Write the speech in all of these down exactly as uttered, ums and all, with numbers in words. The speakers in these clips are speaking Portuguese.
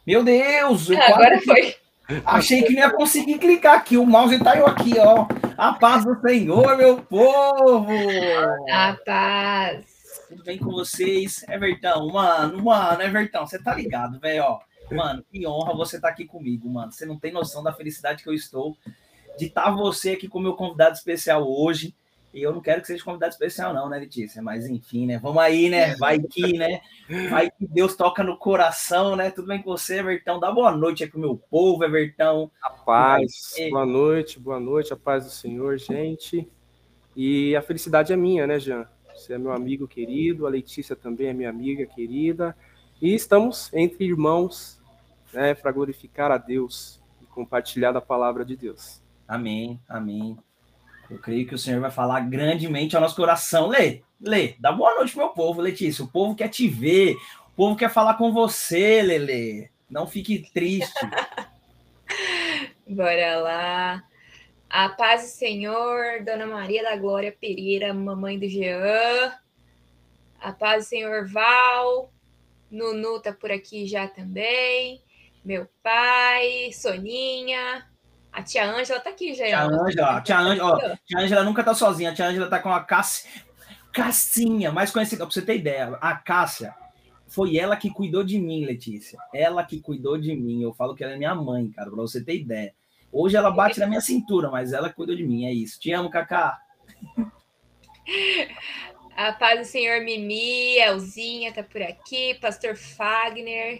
Meu Deus, eu quase Agora foi. achei que não ia conseguir clicar aqui. O mouse tá eu aqui, ó. A paz do Senhor, meu povo! A paz. Tudo bem com vocês? Evertão, mano, mano, Evertão, você tá ligado, velho, ó. Mano, que honra você estar tá aqui comigo, mano. Você não tem noção da felicidade que eu estou de estar você aqui como meu convidado especial hoje. E eu não quero que seja convidado especial, não, né, Letícia? Mas enfim, né? Vamos aí, né? Vai que, né? Vai que Deus toca no coração, né? Tudo bem com você, Evertão? Dá boa noite aí pro meu povo, Evertão. A paz, boa noite, boa noite, a paz do Senhor, gente. E a felicidade é minha, né, Jean? Você é meu amigo querido, a Letícia também é minha amiga querida. E estamos entre irmãos, né, para glorificar a Deus e compartilhar da palavra de Deus. Amém, amém. Eu creio que o Senhor vai falar grandemente ao nosso coração. Lê, Lê, dá boa noite, meu povo, Letícia. O povo quer te ver, o povo quer falar com você, Lelê. Não fique triste. Bora lá. A paz do Senhor, Dona Maria da Glória Pereira, mamãe do Jean. A paz do Senhor, Val. Nunu tá por aqui já também. Meu pai, Soninha. A tia Ângela tá aqui já. Tia Ângela, tia Ângela, ó, tia Ângela nunca tá sozinha. A tia Ângela tá com a Cássia, Cassinha, mais conhecida, pra você ter ideia. A Cássia, foi ela que cuidou de mim, Letícia. Ela que cuidou de mim. Eu falo que ela é minha mãe, cara, pra você ter ideia. Hoje ela bate na minha cintura, mas ela cuidou de mim, é isso. Te amo, Cacá. A paz do Senhor, Mimi, Elzinha tá por aqui, Pastor Fagner.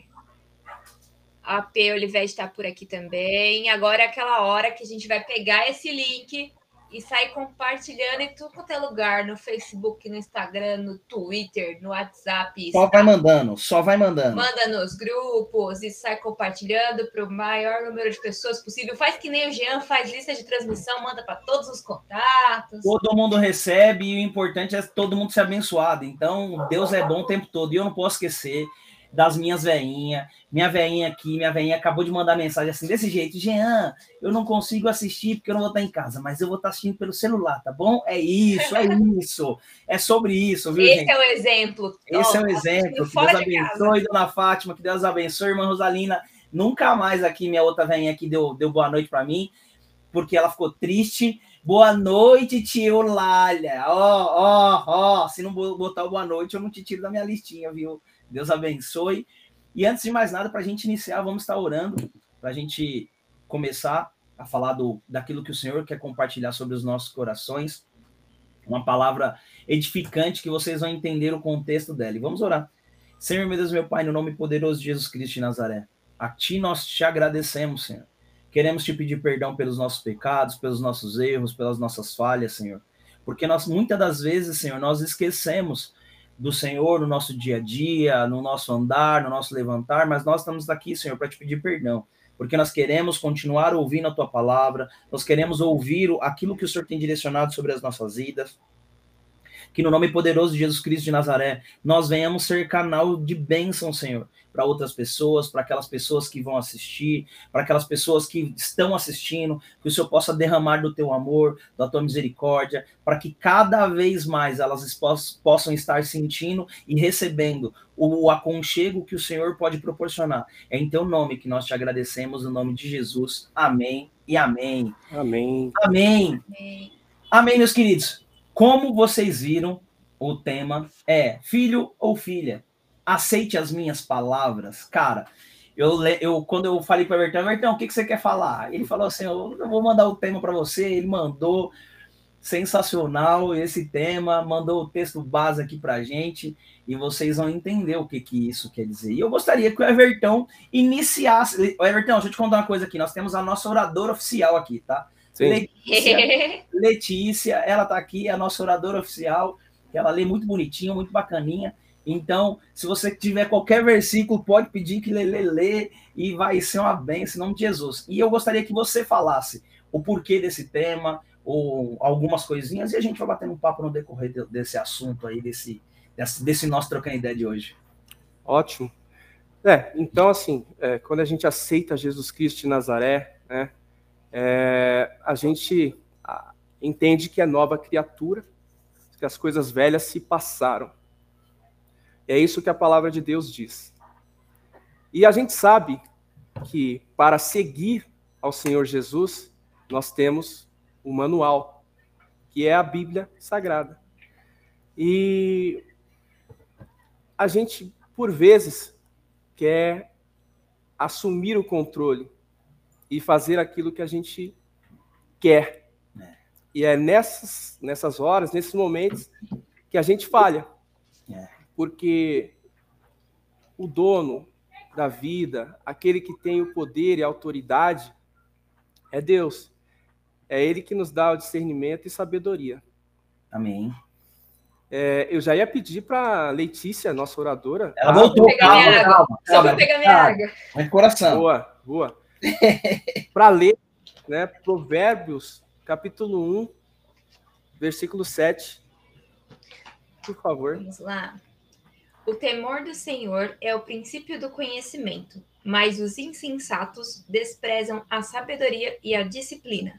A P. Olivete tá por aqui também. Agora é aquela hora que a gente vai pegar esse link e sair compartilhando em tudo quanto é lugar, no Facebook, no Instagram, no Twitter, no WhatsApp. Só vai mandando, só vai mandando. Manda nos grupos e sai compartilhando para o maior número de pessoas possível. Faz que nem o Jean, faz lista de transmissão, manda para todos os contatos. Todo mundo recebe e o importante é todo mundo ser abençoado. Então, Deus é bom o tempo todo. E eu não posso esquecer das minhas veinhas. Minha veinha aqui, minha veinha acabou de mandar mensagem assim, desse jeito. Jean, eu não consigo assistir porque eu não vou estar em casa, mas eu vou estar assistindo pelo celular, tá bom? É isso, é isso. É sobre isso, viu, Esse gente? é o exemplo. Esse oh, é o exemplo. Que Deus de abençoe, casa. dona Fátima, que Deus abençoe, irmã Rosalina. Nunca mais aqui minha outra veinha aqui deu, deu boa noite para mim, porque ela ficou triste. Boa noite, tio Lália. Ó, ó, ó. Se não botar o boa noite, eu não te tiro da minha listinha, viu? Deus abençoe. E antes de mais nada, para a gente iniciar, vamos estar orando, para a gente começar a falar do, daquilo que o Senhor quer compartilhar sobre os nossos corações. Uma palavra edificante que vocês vão entender o contexto dela. E vamos orar. Senhor, meu Deus, meu Pai, no nome poderoso de Jesus Cristo de Nazaré, a Ti nós te agradecemos, Senhor. Queremos te pedir perdão pelos nossos pecados, pelos nossos erros, pelas nossas falhas, Senhor. Porque nós, muitas das vezes, Senhor, nós esquecemos do Senhor no nosso dia a dia, no nosso andar, no nosso levantar, mas nós estamos aqui, Senhor, para te pedir perdão. Porque nós queremos continuar ouvindo a Tua palavra, nós queremos ouvir aquilo que o Senhor tem direcionado sobre as nossas vidas. Que no nome poderoso de Jesus Cristo de Nazaré, nós venhamos ser canal de bênção, Senhor, para outras pessoas, para aquelas pessoas que vão assistir, para aquelas pessoas que estão assistindo, que o Senhor possa derramar do teu amor, da tua misericórdia, para que cada vez mais elas possam estar sentindo e recebendo o aconchego que o Senhor pode proporcionar. É em teu nome que nós te agradecemos, no nome de Jesus. Amém e amém. Amém. Amém. Amém, amém, meus queridos. Como vocês viram, o tema é filho ou filha, aceite as minhas palavras. Cara, eu, eu quando eu falei para o Everton, Everton, o que, que você quer falar? Ele falou assim, eu vou mandar o tema para você. Ele mandou, sensacional esse tema, mandou o texto base aqui para a gente, e vocês vão entender o que, que isso quer dizer. E eu gostaria que o Everton iniciasse. O Everton, deixa eu te contar uma coisa aqui, nós temos a nossa oradora oficial aqui, tá? Letícia, Letícia, ela tá aqui, é a nossa oradora oficial, que ela lê muito bonitinho, muito bacaninha. Então, se você tiver qualquer versículo, pode pedir que lê, lê, lê, e vai ser uma bênção em nome de Jesus. E eu gostaria que você falasse o porquê desse tema, ou algumas coisinhas, e a gente vai batendo um papo no decorrer desse assunto aí, desse, desse, desse nosso trocando ideia de hoje. Ótimo. É, então, assim, é, quando a gente aceita Jesus Cristo de Nazaré, né, É, a gente entende que é nova criatura, que as coisas velhas se passaram. É isso que a palavra de Deus diz. E a gente sabe que para seguir ao Senhor Jesus, nós temos o manual, que é a Bíblia Sagrada. E a gente, por vezes, quer assumir o controle e fazer aquilo que a gente quer. É. E é nessas, nessas horas, nesses momentos, que a gente falha. É. Porque o dono da vida, aquele que tem o poder e a autoridade, é Deus. É Ele que nos dá o discernimento e sabedoria. Amém. É, eu já ia pedir para Letícia, nossa oradora... Ela ah, voltou, calma, calma, calma. Só para pegar minha água. Mas coração. Boa, boa. Para ler, né, Provérbios, capítulo um, versículo sete. Por favor. Vamos lá. O temor do Senhor é o princípio do conhecimento, mas os insensatos desprezam a sabedoria e a disciplina.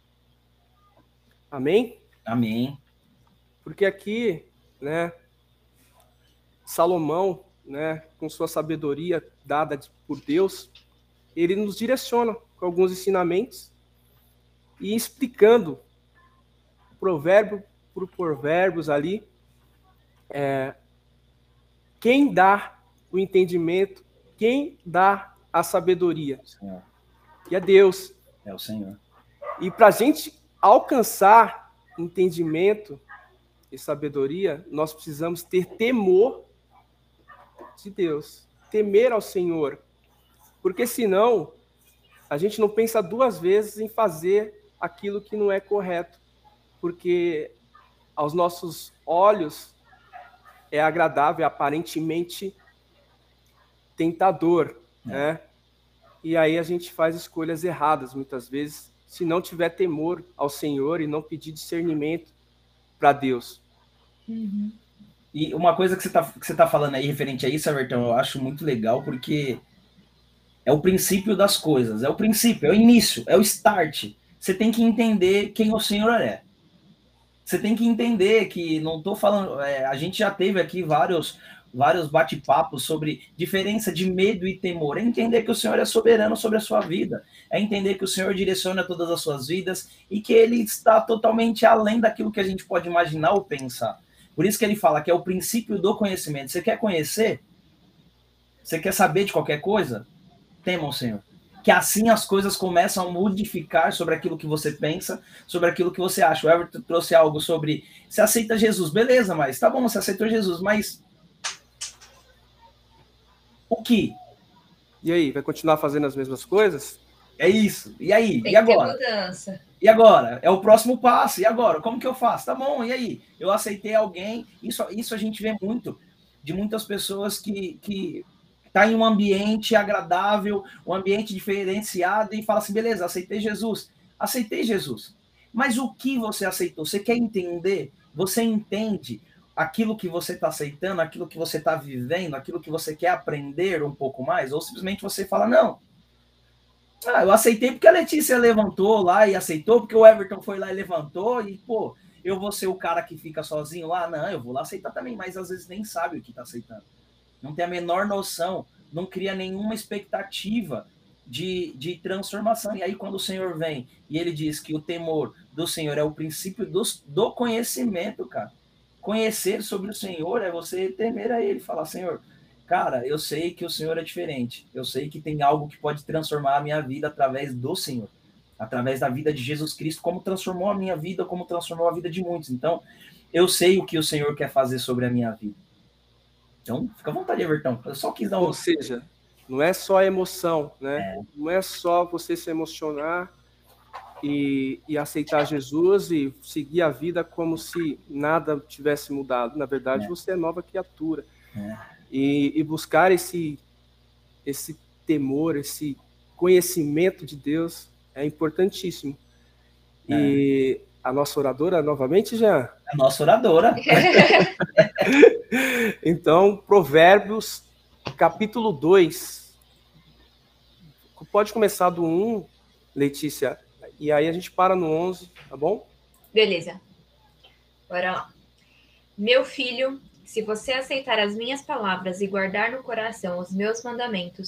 Amém? Amém. Porque aqui, né, Salomão, né, com sua sabedoria dada por Deus, ele nos direciona com alguns ensinamentos e explicando provérbio por provérbios ali, é, quem dá o entendimento, quem dá a sabedoria. Senhor. E é Deus. É o Senhor. E para a gente alcançar entendimento e sabedoria, nós precisamos ter temor de Deus, temer ao Senhor, porque senão a gente não pensa duas vezes em fazer aquilo que não é correto, porque aos nossos olhos é agradável, é aparentemente tentador, é. né? E aí a gente faz escolhas erradas muitas vezes, se não tiver temor ao Senhor e não pedir discernimento para Deus. Uhum. E uma coisa que você está que você tá falando aí referente a isso, Everton, eu acho muito legal, porque é o princípio das coisas, é o princípio, é o início, é o start. Você tem que entender quem o Senhor é. Você tem que entender que, não estou falando, é, a gente já teve aqui vários, vários bate-papos sobre diferença de medo e temor. É entender que o Senhor é soberano sobre a sua vida. É entender que o Senhor direciona todas as suas vidas e que Ele está totalmente além daquilo que a gente pode imaginar ou pensar. Por isso que ele fala que é o princípio do conhecimento. Você quer conhecer? Você quer saber de qualquer coisa? Tema o Senhor. Que assim as coisas começam a modificar sobre aquilo que você pensa, sobre aquilo que você acha. O Everton trouxe algo sobre, você aceita Jesus, beleza, mas tá bom, você aceitou Jesus, mas o que? E aí, vai continuar fazendo as mesmas coisas? É isso. E aí? Tem e agora? Que ter mudança. E agora? É o próximo passo. E agora? Como que eu faço? Tá bom, e aí? Eu aceitei alguém. Isso, isso a gente vê muito de muitas pessoas que... que está em um ambiente agradável, um ambiente diferenciado e fala assim, beleza, aceitei Jesus. Aceitei Jesus. Mas o que você aceitou? Você quer entender? Você entende aquilo que você está aceitando, aquilo que você está vivendo, aquilo que você quer aprender um pouco mais? Ou simplesmente você fala, não. Ah, eu aceitei porque a Letícia levantou lá e aceitou, porque o Everton foi lá e levantou e, pô, eu vou ser o cara que fica sozinho lá? Não, eu vou lá aceitar também, mas às vezes nem sabe o que está aceitando. Não tem a menor noção, não cria nenhuma expectativa de, de transformação. E aí, quando o Senhor vem e ele diz que o temor do Senhor é o princípio do, do conhecimento, cara. Conhecer sobre o Senhor é você temer a ele, falar, Senhor, cara, eu sei que o Senhor é diferente. Eu sei que tem algo que pode transformar a minha vida através do Senhor. Através da vida de Jesus Cristo, como transformou a minha vida, como transformou a vida de muitos. Então, eu sei o que o Senhor quer fazer sobre a minha vida. Então, fica à vontade, Everton. Eu só quis dar um... Ou seja, não é só emoção, né? É. Não é só você se emocionar e, e aceitar Jesus e seguir a vida como se nada tivesse mudado. Na verdade, é. você é nova criatura. É. E, e buscar esse, esse temor, esse conhecimento de Deus é importantíssimo. É. E a nossa oradora, novamente, Jean? A nossa oradora. Então, Provérbios, capítulo dois. Pode começar do um, Letícia, e aí a gente para no onze, tá bom? Beleza. Bora lá. Meu filho, se você aceitar as minhas palavras e guardar no coração os meus mandamentos,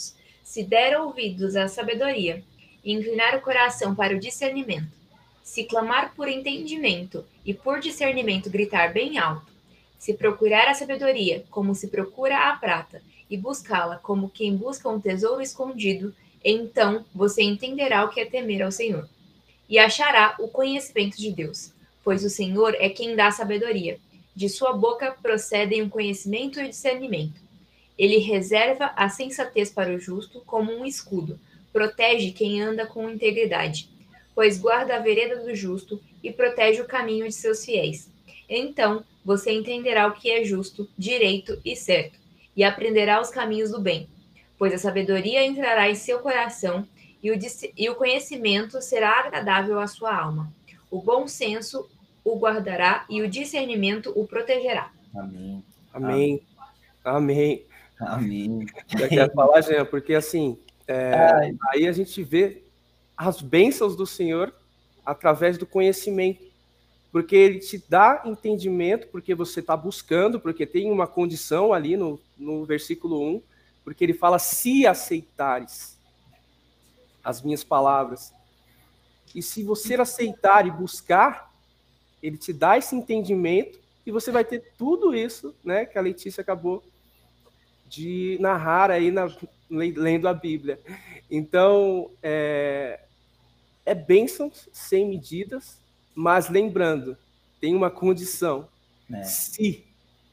Se der ouvidos à sabedoria, e inclinar o coração para o discernimento, se clamar por entendimento e por discernimento gritar bem alto, se procurar a sabedoria como se procura a prata, e buscá-la como quem busca um tesouro escondido, então você entenderá o que é temer ao Senhor, e achará o conhecimento de Deus, pois o Senhor é quem dá sabedoria. De sua boca procedem o conhecimento e o discernimento. Ele reserva a sensatez para o justo como um escudo, protege quem anda com integridade, pois guarda a vereda do justo e protege o caminho de seus fiéis. Então você entenderá o que é justo, direito e certo, e aprenderá os caminhos do bem, pois a sabedoria entrará em seu coração e o, e o conhecimento será agradável à sua alma. O bom senso o guardará e o discernimento o protegerá. Amém. Amém. Amém. Amém. Eu quero falar, Jean, porque assim, é, aí a gente vê as bênçãos do Senhor através do conhecimento, porque Ele te dá entendimento, porque você está buscando, porque tem uma condição ali no, no versículo um, porque Ele fala, se aceitares as minhas palavras, e se você aceitar e buscar, Ele te dá esse entendimento, e você vai ter tudo isso, né, que a Letícia acabou de narrar aí, na, lendo a Bíblia. Então, é, é bênçãos sem medidas, mas lembrando, tem uma condição. É. Se.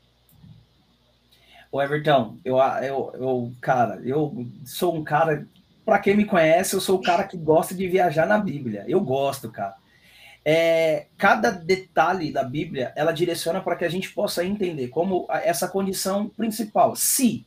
Ô, Everton, eu, eu, eu, cara, eu sou um cara, para quem me conhece, eu sou o cara que gosta de viajar na Bíblia. Eu gosto, cara. É, cada detalhe da Bíblia, ela direciona para que a gente possa entender como essa condição principal. Se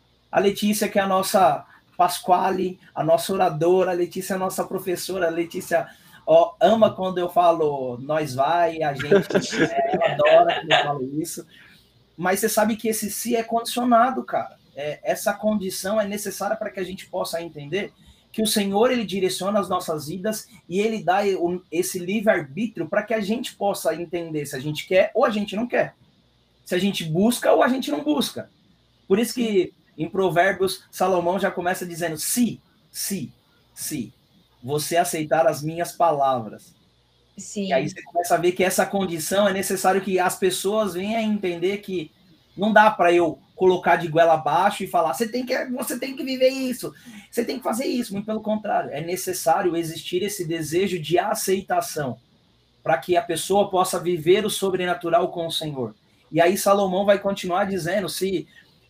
a Letícia, que é a nossa Pasquale, a nossa oradora, a Letícia é a nossa professora, a Letícia ó, ama quando eu falo nós vai, a gente é, ela adora quando eu falo isso, mas você sabe que esse se é condicionado, cara. É, essa condição é necessária para que a gente possa entender que o Senhor, ele direciona as nossas vidas e ele dá esse livre-arbítrio para que a gente possa entender se a gente quer ou a gente não quer. Se a gente busca ou a gente não busca. Por isso que em Provérbios, Salomão já começa dizendo, se, se, se, você aceitar as minhas palavras. Sim. E aí você começa a ver que essa condição é necessário que as pessoas venham a entender que não dá para eu colocar de goela abaixo e falar, você tem que, você tem que viver isso, você tem que fazer isso. Muito pelo contrário, é necessário existir esse desejo de aceitação para que a pessoa possa viver o sobrenatural com o Senhor. E aí Salomão vai continuar dizendo, se...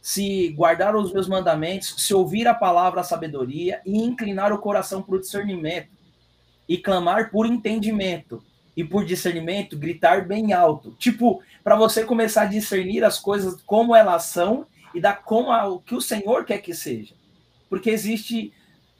se guardar os meus mandamentos, se ouvir a palavra, a sabedoria, e inclinar o coração para o discernimento, e clamar por entendimento, e por discernimento, gritar bem alto. Tipo, para você começar a discernir as coisas como elas são, e dar como a, o que o Senhor quer que seja. Porque existe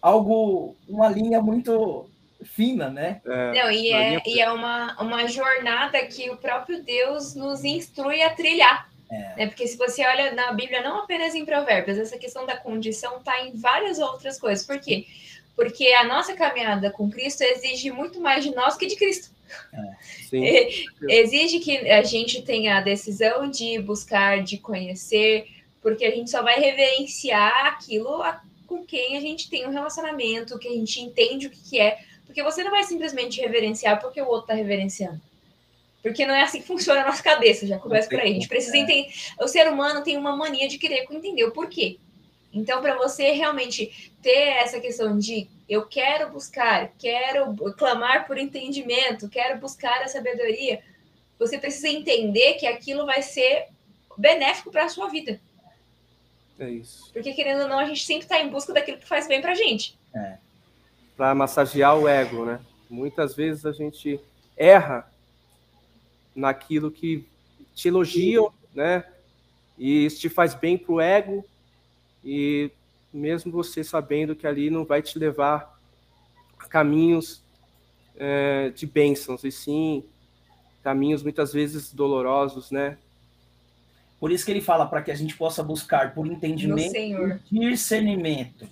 algo, uma linha muito fina, né? É, Não, e é, linha... e é uma, uma jornada que o próprio Deus nos instrui a trilhar. É. Né? Porque se você olha na Bíblia, não apenas em Provérbios, essa questão da condição está em várias outras coisas. Por quê? Porque a nossa caminhada com Cristo exige muito mais de nós que de Cristo. É. Sim. Exige que a gente tenha a decisão de buscar, de conhecer, porque a gente só vai reverenciar aquilo com quem a gente tem um relacionamento, que a gente entende o que, que é. Porque você não vai simplesmente reverenciar porque o outro está reverenciando. Porque não é assim que funciona a nossa cabeça, já começa por aí. A gente precisa entender. O ser humano tem uma mania de querer entender o porquê. Então, para você realmente ter essa questão de eu quero buscar, quero clamar por entendimento, quero buscar a sabedoria, você precisa entender que aquilo vai ser benéfico para a sua vida. É isso. Porque, querendo ou não, a gente sempre está em busca daquilo que faz bem para a gente. É. Para massagear o ego, né? Muitas vezes a gente erra naquilo que te elogiam, né? E isso te faz bem para o ego, e mesmo você sabendo que ali não vai te levar a caminhos é, de bênçãos, e sim caminhos muitas vezes dolorosos, né? Por isso que ele fala para que a gente possa buscar por entendimento e discernimento,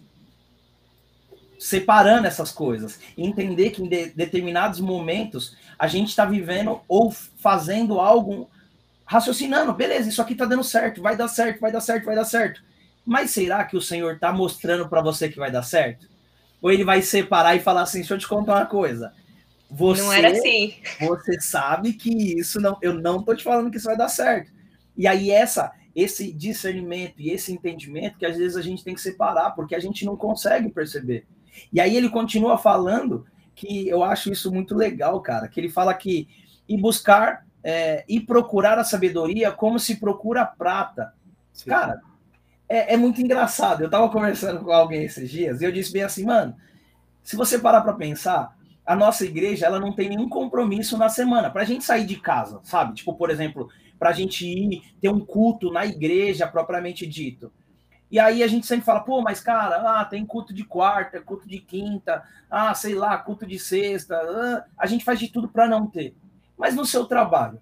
separando essas coisas, entender que em de, determinados momentos a gente está vivendo ou fazendo algo, raciocinando, beleza, isso aqui está dando certo, vai dar certo, vai dar certo, vai dar certo. Mas será que o Senhor está mostrando para você que vai dar certo? Ou ele vai separar e falar assim, deixa eu te contar uma coisa. Você, não era assim. Você sabe que isso não... Eu não estou te falando que isso vai dar certo. E aí essa, esse discernimento e esse entendimento que às vezes a gente tem que separar, porque a gente não consegue perceber. E aí ele continua falando que eu acho isso muito legal, cara, que ele fala que ir buscar é, e procurar a sabedoria como se procura a prata. Sim. Cara, é, é muito engraçado. Eu tava conversando com alguém esses dias e eu disse bem assim, mano, se você parar para pensar, a nossa igreja, ela não tem nenhum compromisso na semana pra gente sair de casa, sabe? Tipo, por exemplo, pra gente ir ter um culto na igreja propriamente dito. E aí a gente sempre fala, pô, mas cara, ah, tem culto de quarta, culto de quinta, ah, sei lá, culto de sexta, ah, a gente faz de tudo para não ter. Mas no seu trabalho,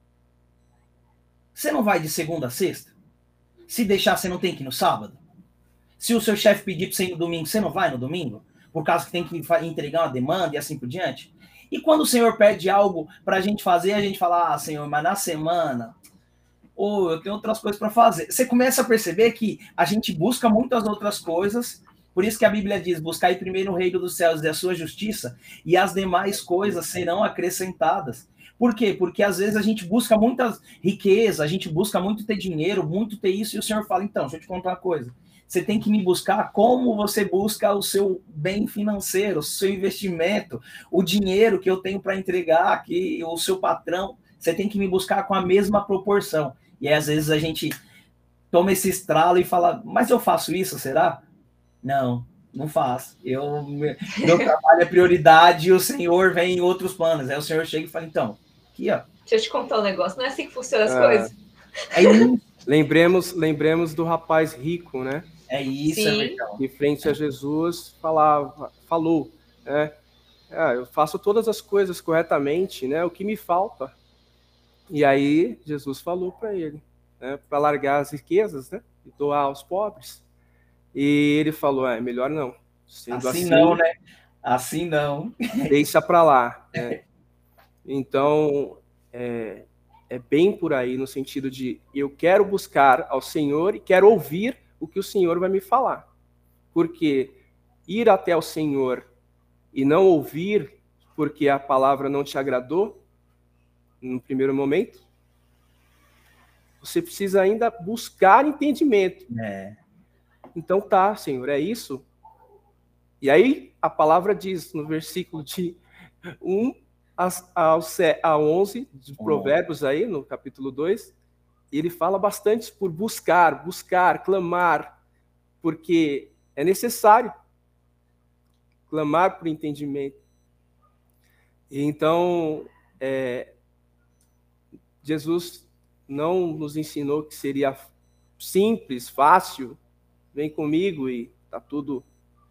você não vai de segunda a sexta? Se deixar, você não tem que ir no sábado? Se o seu chefe pedir para você ir no domingo, você não vai no domingo? Por causa que tem que entregar uma demanda e assim por diante? E quando o Senhor pede algo para a gente fazer, a gente fala, ah, Senhor, mas na semana... ou oh, eu tenho outras coisas para fazer. Você começa a perceber que a gente busca muitas outras coisas, por isso que a Bíblia diz, buscai primeiro o reino dos céus e a sua justiça, e as demais coisas serão acrescentadas. Por quê? Porque às vezes a gente busca muitas riquezas, a gente busca muito ter dinheiro, muito ter isso, e o Senhor fala, então, deixa eu te contar uma coisa, você tem que me buscar como você busca o seu bem financeiro, o seu investimento, o dinheiro que eu tenho para entregar aqui, o seu patrão, você tem que me buscar com a mesma proporção. E aí, às vezes a gente toma esse estralo e fala, mas eu faço isso, será? Não, não faço. Eu, meu trabalho é prioridade e o Senhor vem em outros planos. Aí o Senhor chega e fala, então, aqui, ó. Deixa eu te contar um negócio, não é assim que funcionam as ah, coisas. É lembremos, lembremos do rapaz rico, né? É isso, é legal. Em frente a Jesus, falava, falou, né? Ah, eu faço todas as coisas corretamente, né? O que me falta? E aí Jesus falou para ele, né, para largar as riquezas, né, e doar aos pobres. E ele falou, é melhor não. Sendo assim, assim não, né? Assim não. Deixa para lá. Né? Então, é, é bem por aí, no sentido de eu quero buscar ao Senhor e quero ouvir o que o Senhor vai me falar. Porque ir até o Senhor e não ouvir porque a palavra não te agradou, no primeiro momento, você precisa ainda buscar entendimento. É. Então tá, Senhor, é isso? E aí a palavra diz no versículo de um a onze de Provérbios aí, no capítulo dois, ele fala bastante por buscar, buscar, clamar, porque é necessário clamar por entendimento. E então, é, Jesus não nos ensinou que seria simples, fácil, vem comigo e tá tudo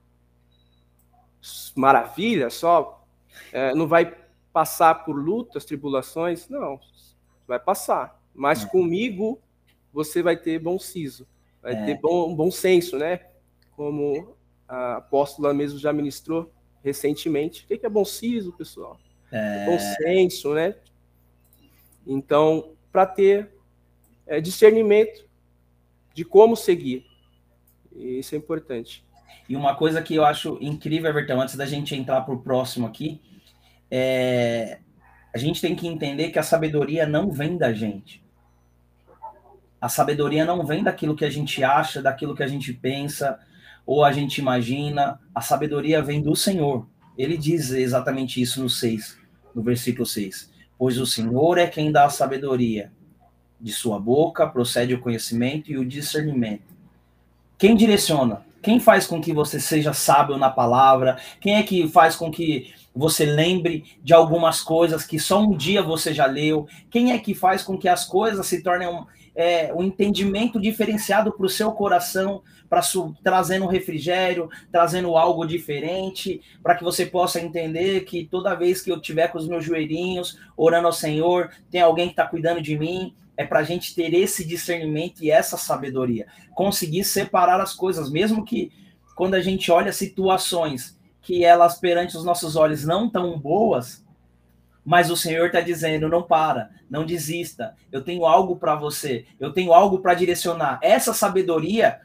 maravilha, só é, não vai passar por lutas, tribulações, não, vai passar, mas é. comigo você vai ter bom siso, vai é. ter bom, bom senso, né? Como a apóstola mesmo já ministrou recentemente. O que é bom siso, pessoal? É. Bom senso, né? Então, para ter é, discernimento de como seguir. E isso é importante. E uma coisa que eu acho incrível, Everton, antes da gente entrar para o próximo aqui, é... a gente tem que entender que a sabedoria não vem da gente. A sabedoria não vem daquilo que a gente acha, daquilo que a gente pensa, ou a gente imagina. A sabedoria vem do Senhor. Ele diz exatamente isso no seis, no versículo seis. Pois o Senhor é quem dá a sabedoria. De sua boca procede o conhecimento e o discernimento. Quem direciona? Quem faz com que você seja sábio na palavra? Quem é que faz com que você lembre de algumas coisas que só um dia você já leu? Quem é que faz com que as coisas se tornem um, é, um entendimento diferenciado para o seu coração, para trazendo um refrigério, trazendo algo diferente, para que você possa entender que toda vez que eu estiver com os meus joelhinhos, orando ao Senhor, tem alguém que está cuidando de mim? É para a gente ter esse discernimento e essa sabedoria. Conseguir separar as coisas, mesmo que quando a gente olha situações que elas perante os nossos olhos não tão boas, mas o Senhor está dizendo, não para, não desista, eu tenho algo para você, eu tenho algo para direcionar. Essa sabedoria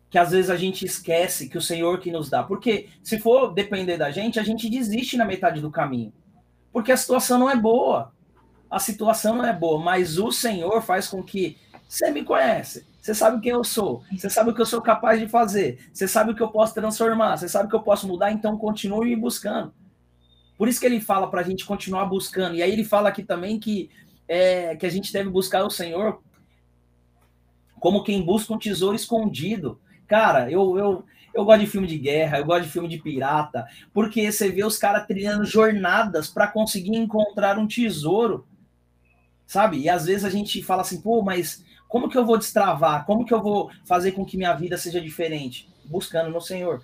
que às vezes a gente esquece que o Senhor que nos dá. Porque se for depender da gente, a gente desiste na metade do caminho. Porque a situação não é boa. A situação não é boa, mas o Senhor faz com que você me conhece, você sabe quem eu sou, você sabe o que eu sou capaz de fazer, você sabe o que eu posso transformar, você sabe o que eu posso mudar, então continue me buscando. Por isso que ele fala para a gente continuar buscando. E aí ele fala aqui também que, é, que a gente deve buscar o Senhor como quem busca um tesouro escondido. Cara, eu, eu, eu gosto de filme de guerra, eu gosto de filme de pirata, porque você vê os caras trilhando jornadas para conseguir encontrar um tesouro, sabe? E às vezes a gente fala assim, pô, mas como que eu vou destravar? Como que eu vou fazer com que minha vida seja diferente? Buscando no Senhor,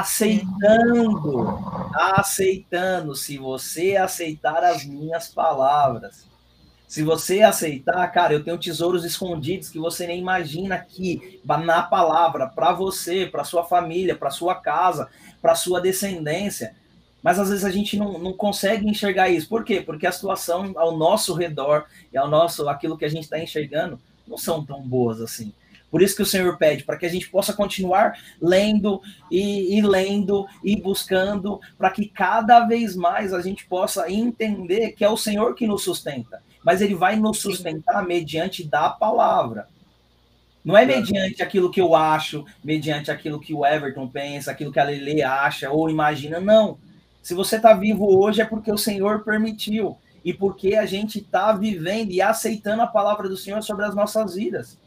aceitando, aceitando. Se você aceitar as minhas palavras, se você aceitar, cara, eu tenho tesouros escondidos que você nem imagina aqui, na palavra, para você, para sua família, para sua casa, para sua descendência. Mas às vezes a gente não, não consegue enxergar isso. Por quê? Porque a situação ao nosso redor e ao nosso, aquilo que a gente está enxergando não são tão boas assim. Por isso que o Senhor pede, para que a gente possa continuar lendo e, e lendo e buscando, para que cada vez mais a gente possa entender que é o Senhor que nos sustenta. Mas ele vai nos sustentar mediante da palavra. Não é mediante aquilo que eu acho, mediante aquilo que o Everton pensa, aquilo que a Lele acha ou imagina, não. Se você está vivo hoje é porque o Senhor permitiu e porque a gente está vivendo e aceitando a palavra do Senhor sobre as nossas vidas.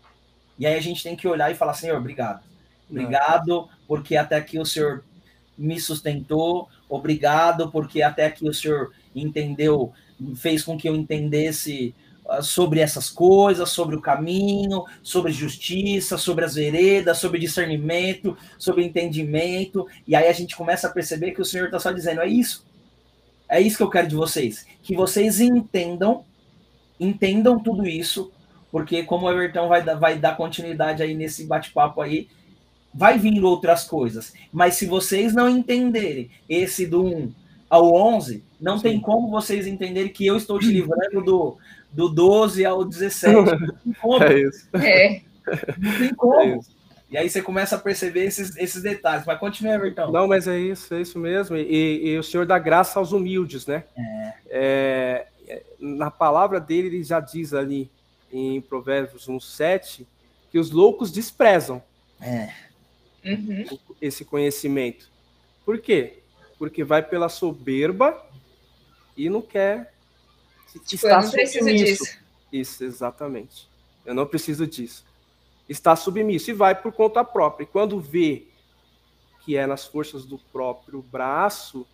E aí a gente tem que olhar e falar, Senhor, obrigado. Obrigado porque até aqui o Senhor me sustentou. Obrigado porque até aqui o Senhor entendeu, fez com que eu entendesse sobre essas coisas, sobre o caminho, sobre justiça, sobre as veredas, sobre discernimento, sobre entendimento. E aí a gente começa a perceber que o Senhor está só dizendo, é isso. É isso que eu quero de vocês. Que vocês entendam, entendam tudo isso, porque como o Everton vai dar, vai dar continuidade aí nesse bate-papo aí, vai vir outras coisas. Mas se vocês não entenderem esse do um ao onze, não Sim. tem como vocês entenderem que eu estou te livrando do, do doze ao dezessete. Não tem como. É isso. É. Não tem como. É isso. E aí você começa a perceber esses, esses detalhes. Mas continue, Everton. Não, mas é isso, é isso mesmo. E, e o Senhor dá graça aos humildes, né? É. É, na palavra dele, ele já diz ali, em Provérbios um, sete, que os loucos desprezam é. uhum. esse conhecimento. Por quê? Porque vai pela soberba e não quer tipo, estar eu não preciso submisso. Disso. Isso, exatamente. Eu não preciso disso. Está submisso e vai por conta própria. E quando vê que é nas forças do próprio braço,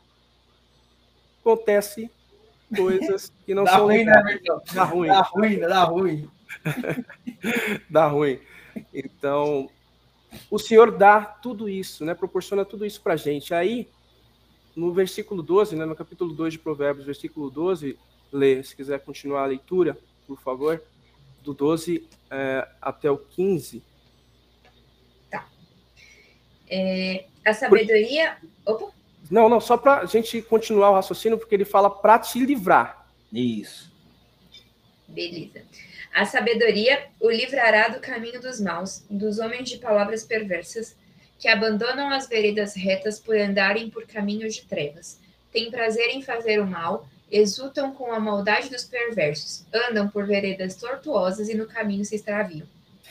acontece coisas que não dá são ruim, legais. Né, dá ruim. Dá ruim, dá ruim. Dá ruim. Então, o Senhor dá tudo isso, né? Proporciona tudo isso para a gente. Aí, no versículo doze, né? No capítulo dois de Provérbios, versículo doze, lê, se quiser continuar a leitura, por favor, do doze é, até o quinze. Tá. É, a sabedoria... Por... Opa! Não, não, só para a gente continuar o raciocínio, porque ele fala para te livrar. Isso. Beleza. A sabedoria o livrará do caminho dos maus, dos homens de palavras perversas, que abandonam as veredas retas por andarem por caminhos de trevas. Têm prazer em fazer o mal, exultam com a maldade dos perversos, andam por veredas tortuosas e no caminho se extraviam.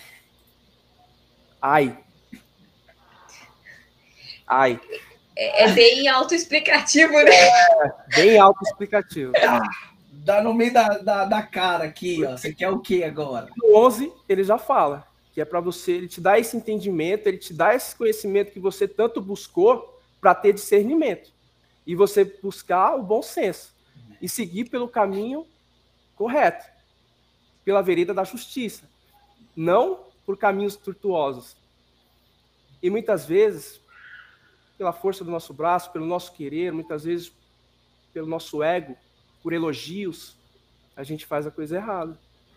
Ai. Ai. É, é bem autoexplicativo, né? É, bem autoexplicativo. Ah, dá no meio da, da, da cara aqui, ó. Você quer o quê agora? No onze, ele já fala que é para você, ele te dá esse entendimento, ele te dá esse conhecimento que você tanto buscou para ter discernimento. E você buscar o bom senso. E seguir pelo caminho correto. Pela vereda da justiça. Não por caminhos tortuosos. E muitas vezes, pela força do nosso braço, pelo nosso querer, muitas vezes pelo nosso ego, por elogios, a gente faz a coisa errada.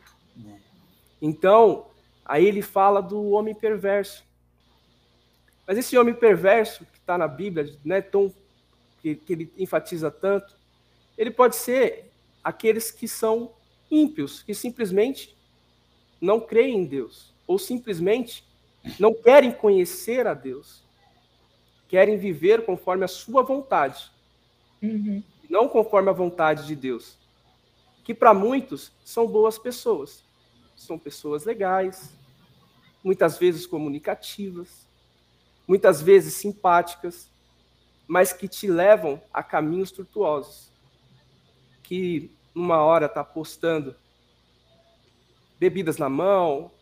Então, aí ele fala do homem perverso. Mas esse homem perverso que está na Bíblia, né, tão, que, que ele enfatiza tanto, ele pode ser aqueles que são ímpios, que simplesmente não creem em Deus, ou simplesmente não querem conhecer a Deus, querem viver conforme a sua vontade, Uhum. não conforme a vontade de Deus, que para muitos são boas pessoas, são pessoas legais, muitas vezes comunicativas, muitas vezes simpáticas, mas que te levam a caminhos tortuosos, que numa hora está postando bebidas na mão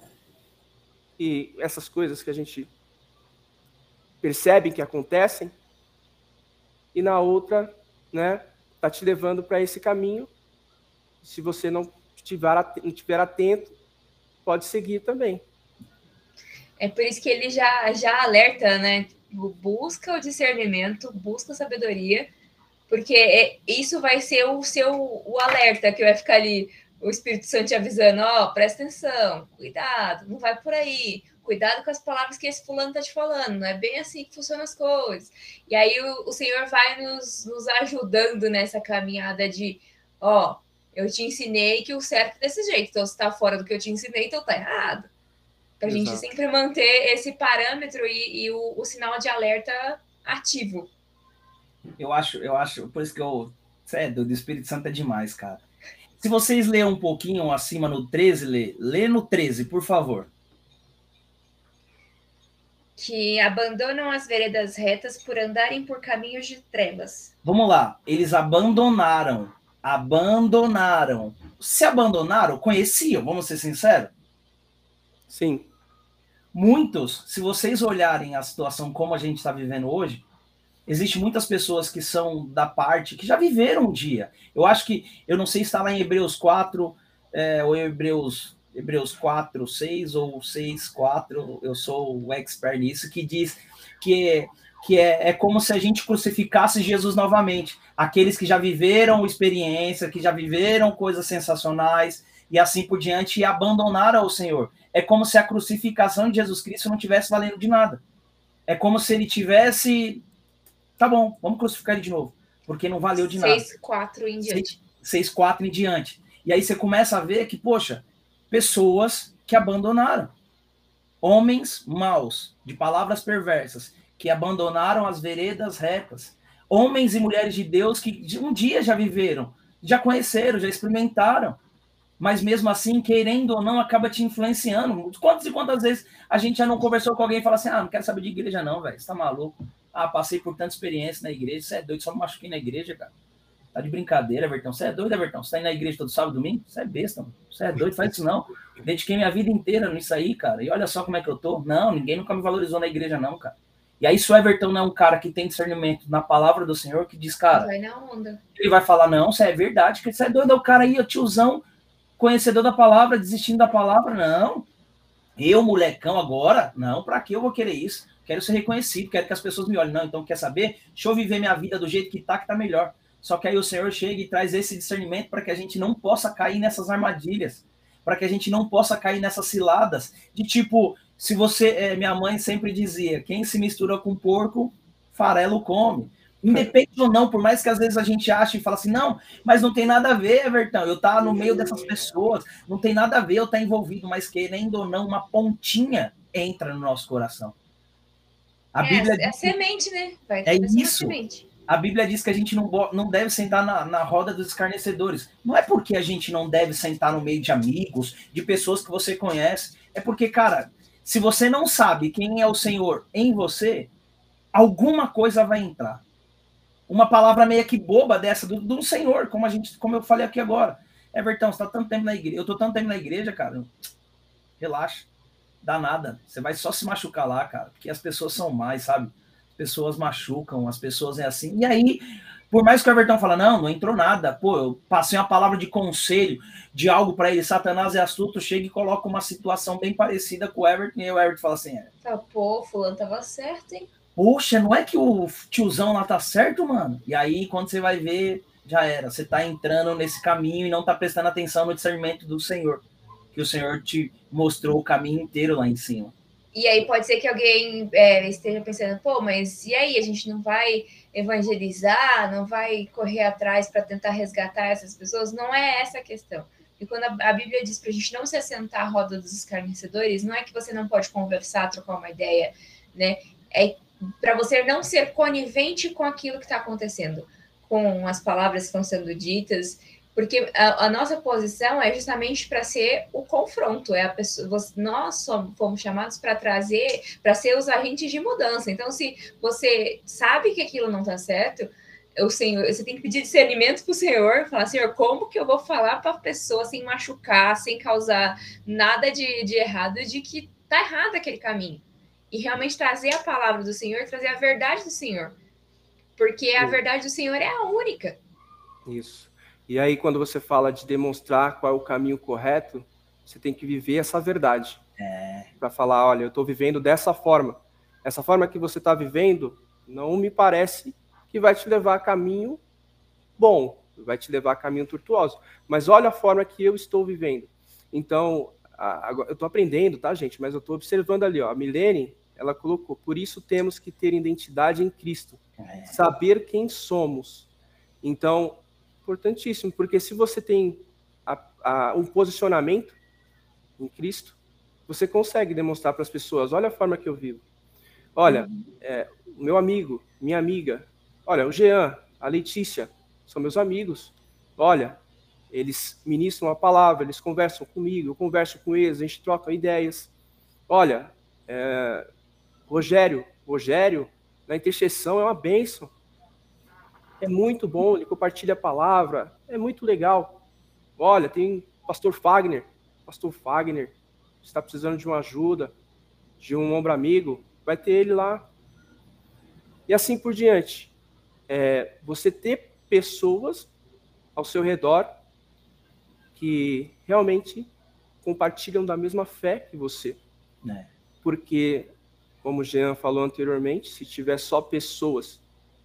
e essas coisas que a gente percebe que acontecem, e na outra, né, está te levando para esse caminho. Se você não estiver, não estiver atento, pode seguir também. É por isso que ele já, já alerta, né? Busca o discernimento, busca a sabedoria, porque é, isso vai ser o seu o alerta que vai ficar ali, o Espírito Santo te avisando, ó, oh, presta atenção, cuidado, não vai por aí, cuidado com as palavras que esse fulano tá te falando, não é bem assim que funcionam as coisas. E aí o, o Senhor vai nos, nos ajudando nessa caminhada de, ó, oh, eu te ensinei que o certo é desse jeito, então se tá fora do que eu te ensinei, então tá errado. Para a gente sempre manter esse parâmetro e, e o, o sinal de alerta ativo. Eu acho, eu acho, por isso que eu... Sério, do Espírito Santo é demais, cara. Se vocês lerem um pouquinho acima no treze, lê, lê no treze, por favor. Que abandonam as veredas retas por andarem por caminhos de trevas. Vamos lá, eles abandonaram, abandonaram. Se abandonaram, conheciam, vamos ser sinceros? Sim. Muitos, se vocês olharem a situação como a gente está vivendo hoje, existem muitas pessoas que são da parte, que já viveram um dia. Eu acho que, eu não sei se está lá em Hebreus quatro, é, ou Hebreus, Hebreus quatro, seis, ou seis, quatro, eu sou o expert nisso, que diz que, que é, é como se a gente crucificasse Jesus novamente. Aqueles que já viveram experiência, que já viveram coisas sensacionais, e assim por diante, e abandonaram o Senhor. É como se a crucificação de Jesus Cristo não tivesse valendo de nada. É como se ele tivesse... Tá bom, vamos crucificar ele de novo, porque não valeu de nada. seis, quatro em diante. seis, quatro em diante. E aí você começa a ver que, poxa, pessoas que abandonaram. Homens maus, de palavras perversas, que abandonaram as veredas retas. Homens e mulheres de Deus que um dia já viveram, já conheceram, já experimentaram. Mas mesmo assim, querendo ou não, acaba te influenciando. Quantas e quantas vezes a gente já não conversou com alguém e fala assim, ah, não quero saber de igreja não, velho, você tá maluco? Ah, passei por tanta experiência na igreja, você é doido, só me machuquei na igreja, cara. Tá de brincadeira, Everton, você é doido, Everton? Você tá indo na igreja todo sábado e domingo? Você é besta, mano. Você é doido, faz isso não. Dediquei minha vida inteira nisso aí, cara, e olha só como é que eu tô. Não, ninguém nunca me valorizou na igreja não, cara. E aí se o Everton não é um cara que tem discernimento na palavra do Senhor, que diz, cara... Vai na onda. Ele vai falar, não, você é verdade, que você é doido, é o cara aí, o tiozão, conhecedor da palavra, desistindo da palavra, não. Eu, molecão, agora, não, para que eu vou querer isso? Quero ser reconhecido, quero que as pessoas me olhem. Não, então quer saber? Deixa eu viver minha vida do jeito que tá, que tá melhor. Só que aí o Senhor chega e traz esse discernimento para que a gente não possa cair nessas armadilhas, para que a gente não possa cair nessas ciladas, de tipo, se você, é, minha mãe sempre dizia, quem se mistura com porco, farelo come. Independente ou não, por mais que às vezes a gente ache e fala assim, não, mas não tem nada a ver, Everton, eu tá no meio dessas pessoas, não tem nada a ver eu estar tá envolvido, mas querendo ou não, uma pontinha entra no nosso coração. A é, Bíblia é a diz, semente, né? Vai é isso. A Bíblia diz que a gente não, não deve sentar na, na roda dos escarnecedores. Não é porque a gente não deve sentar no meio de amigos, de pessoas que você conhece. É porque, cara, se você não sabe quem é o Senhor em você, alguma coisa vai entrar. Uma palavra meio que boba dessa, do, do Senhor, como, a gente, como eu falei aqui agora. Everton, você tá tanto tempo na igreja. Eu tô tanto tempo na igreja, cara. Relaxa. Dá nada. Você vai só se machucar lá, cara. Porque as pessoas são mais, sabe? As pessoas machucam, as pessoas é assim. E aí, por mais que o Everton fala, não, não entrou nada. Pô, eu passei uma palavra de conselho, de algo para ele. Satanás é astuto, chega e coloca uma situação bem parecida com o Everton. E o Everton fala assim, é. Tá, pô, fulano tava certo, hein? Poxa, não é que o tiozão lá tá certo, mano? E aí, quando você vai ver, já era. Você tá entrando nesse caminho e não tá prestando atenção no discernimento do Senhor. Que o Senhor te mostrou o caminho inteiro lá em cima. E aí pode ser que alguém é, esteja pensando, pô, mas e aí? A gente não vai evangelizar? Não vai correr atrás para tentar resgatar essas pessoas? Não é essa a questão. E quando a, a Bíblia diz para a gente não se assentar à roda dos escarnecedores, não é que você não pode conversar, trocar uma ideia, né? É para você não ser conivente com aquilo que está acontecendo, com as palavras que estão sendo ditas, porque a, a nossa posição é justamente para ser o confronto, é a pessoa, você, nós somos, fomos chamados para trazer, para ser os agentes de mudança. Então, se você sabe que aquilo não está certo, o Senhor, você tem que pedir discernimento para o Senhor, falar, Senhor, como que eu vou falar para a pessoa sem machucar, sem causar nada de, de errado, de que está errado aquele caminho. E realmente trazer a palavra do Senhor, trazer a verdade do Senhor. Porque a verdade do Senhor é a única. Isso. E aí, quando você fala de demonstrar qual é o caminho correto, você tem que viver essa verdade. É. Para falar, olha, eu estou vivendo dessa forma. Essa forma que você está vivendo não me parece que vai te levar a caminho bom, vai te levar a caminho tortuoso. Mas olha a forma que eu estou vivendo. Então, agora, eu estou aprendendo, tá, gente? Mas eu estou observando ali, ó, a Milene, ela colocou, por isso temos que ter identidade em Cristo. É. Saber quem somos. Então, importantíssimo, porque se você tem a, a, um posicionamento em Cristo, você consegue demonstrar para as pessoas, olha a forma que eu vivo. Olha, uhum. é, o meu amigo, minha amiga, olha, o Jean, a Letícia, são meus amigos. Olha, eles ministram a palavra, eles conversam comigo, eu converso com eles, a gente troca ideias. Olha, é, Rogério, Rogério, na intercessão é uma bênção. É muito bom, ele compartilha a palavra, é muito legal. Olha, tem pastor Fagner, pastor Fagner, está precisando de uma ajuda, de um ombro amigo, vai ter ele lá. E assim por diante. É, você ter pessoas ao seu redor que realmente compartilham da mesma fé que você. É. Porque, como o Jean falou anteriormente, se tiver só pessoas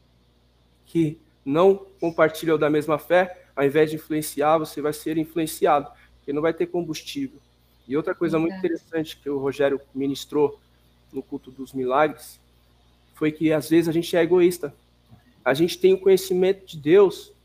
que não compartilham da mesma fé, ao invés de influenciar, você vai ser influenciado, porque não vai ter combustível. E outra coisa muito interessante que o Rogério ministrou no culto dos milagres foi que, às vezes, a gente é egoísta. A gente tem o conhecimento de Deus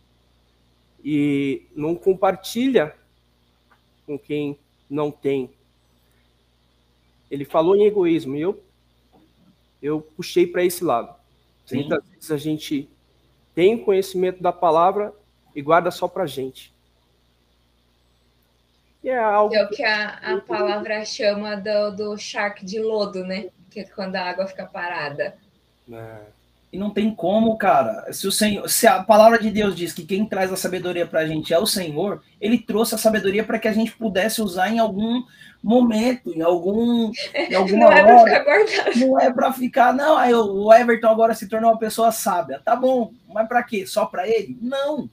e não compartilha com quem não tem. Ele falou em egoísmo e eu, eu puxei para esse lado. Sim. Muitas vezes a gente tem conhecimento da palavra e guarda só para a gente. E é, algo é o que a, a palavra chama do, do charque de lodo, né? Que é quando a água fica parada. É. E não tem como, cara. Se, o Senhor, se a palavra de Deus diz que quem traz a sabedoria para a gente é o Senhor, ele trouxe a sabedoria para que a gente pudesse usar em algum momento, em algum em alguma não hora. Não é para ficar guardado. Não é para ficar, não, aí o Everton agora se tornou uma pessoa sábia. Tá bom, mas para quê? Só para ele? Não.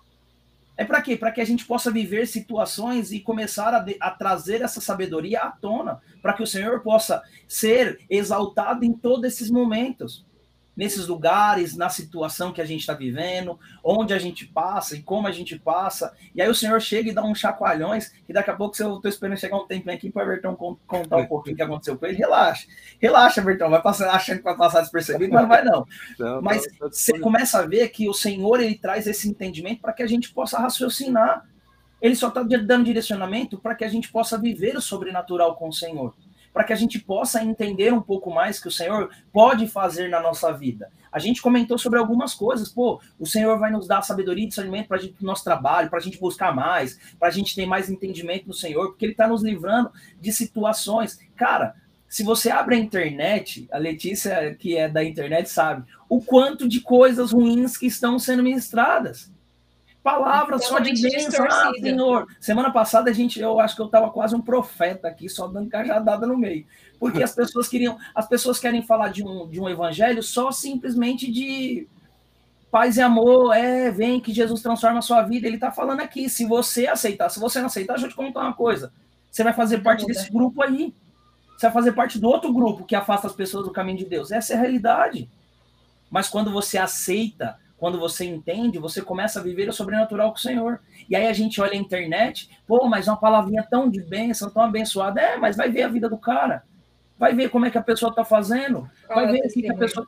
É para quê? Para que a gente possa viver situações e começar a, de, a trazer essa sabedoria à tona, para que o Senhor possa ser exaltado em todos esses momentos. Nesses lugares, na situação que a gente está vivendo, onde a gente passa e como a gente passa. E aí o Senhor chega e dá uns chacoalhões, e daqui a pouco, se eu estou esperando chegar um tempinho aqui para o Everton contar um pouquinho o que aconteceu com ele, relaxa. Relaxa, Everton, vai passar achando que vai passar despercebido, mas não vai não. não mas não, você começa a ver que o Senhor, ele traz esse entendimento para que a gente possa raciocinar. Ele só está dando direcionamento para que a gente possa viver o sobrenatural com o Senhor. Para que a gente possa entender um pouco mais que o Senhor pode fazer na nossa vida. A gente comentou sobre algumas coisas, pô, o Senhor vai nos dar sabedoria e discernimento para o nosso trabalho, para a gente buscar mais, para a gente ter mais entendimento no Senhor, porque Ele está nos livrando de situações. Cara, se você abre a internet, a Letícia, que é da internet, sabe o quanto de coisas ruins que estão sendo ministradas. Palavras só de bênção, ah, Senhor. Semana passada, a gente, eu acho que eu estava quase um profeta aqui, só dando cajadada no meio. Porque as pessoas queriam, as pessoas querem falar de um, de um evangelho só simplesmente de paz e amor, é, vem que Jesus transforma a sua vida. Ele está falando aqui, se você aceitar, se você não aceitar, deixa eu te contar uma coisa. Você vai fazer parte desse grupo aí. Você vai fazer parte do outro grupo que afasta as pessoas do caminho de Deus. Essa é a realidade. Mas quando você aceita, quando você entende, você começa a viver o sobrenatural com o Senhor. E aí a gente olha a internet, pô, mas uma palavrinha tão de bênção, tão abençoada. É, mas vai ver a vida do cara. Vai ver como é que a pessoa está fazendo. Vai ver, o que que a pessoa,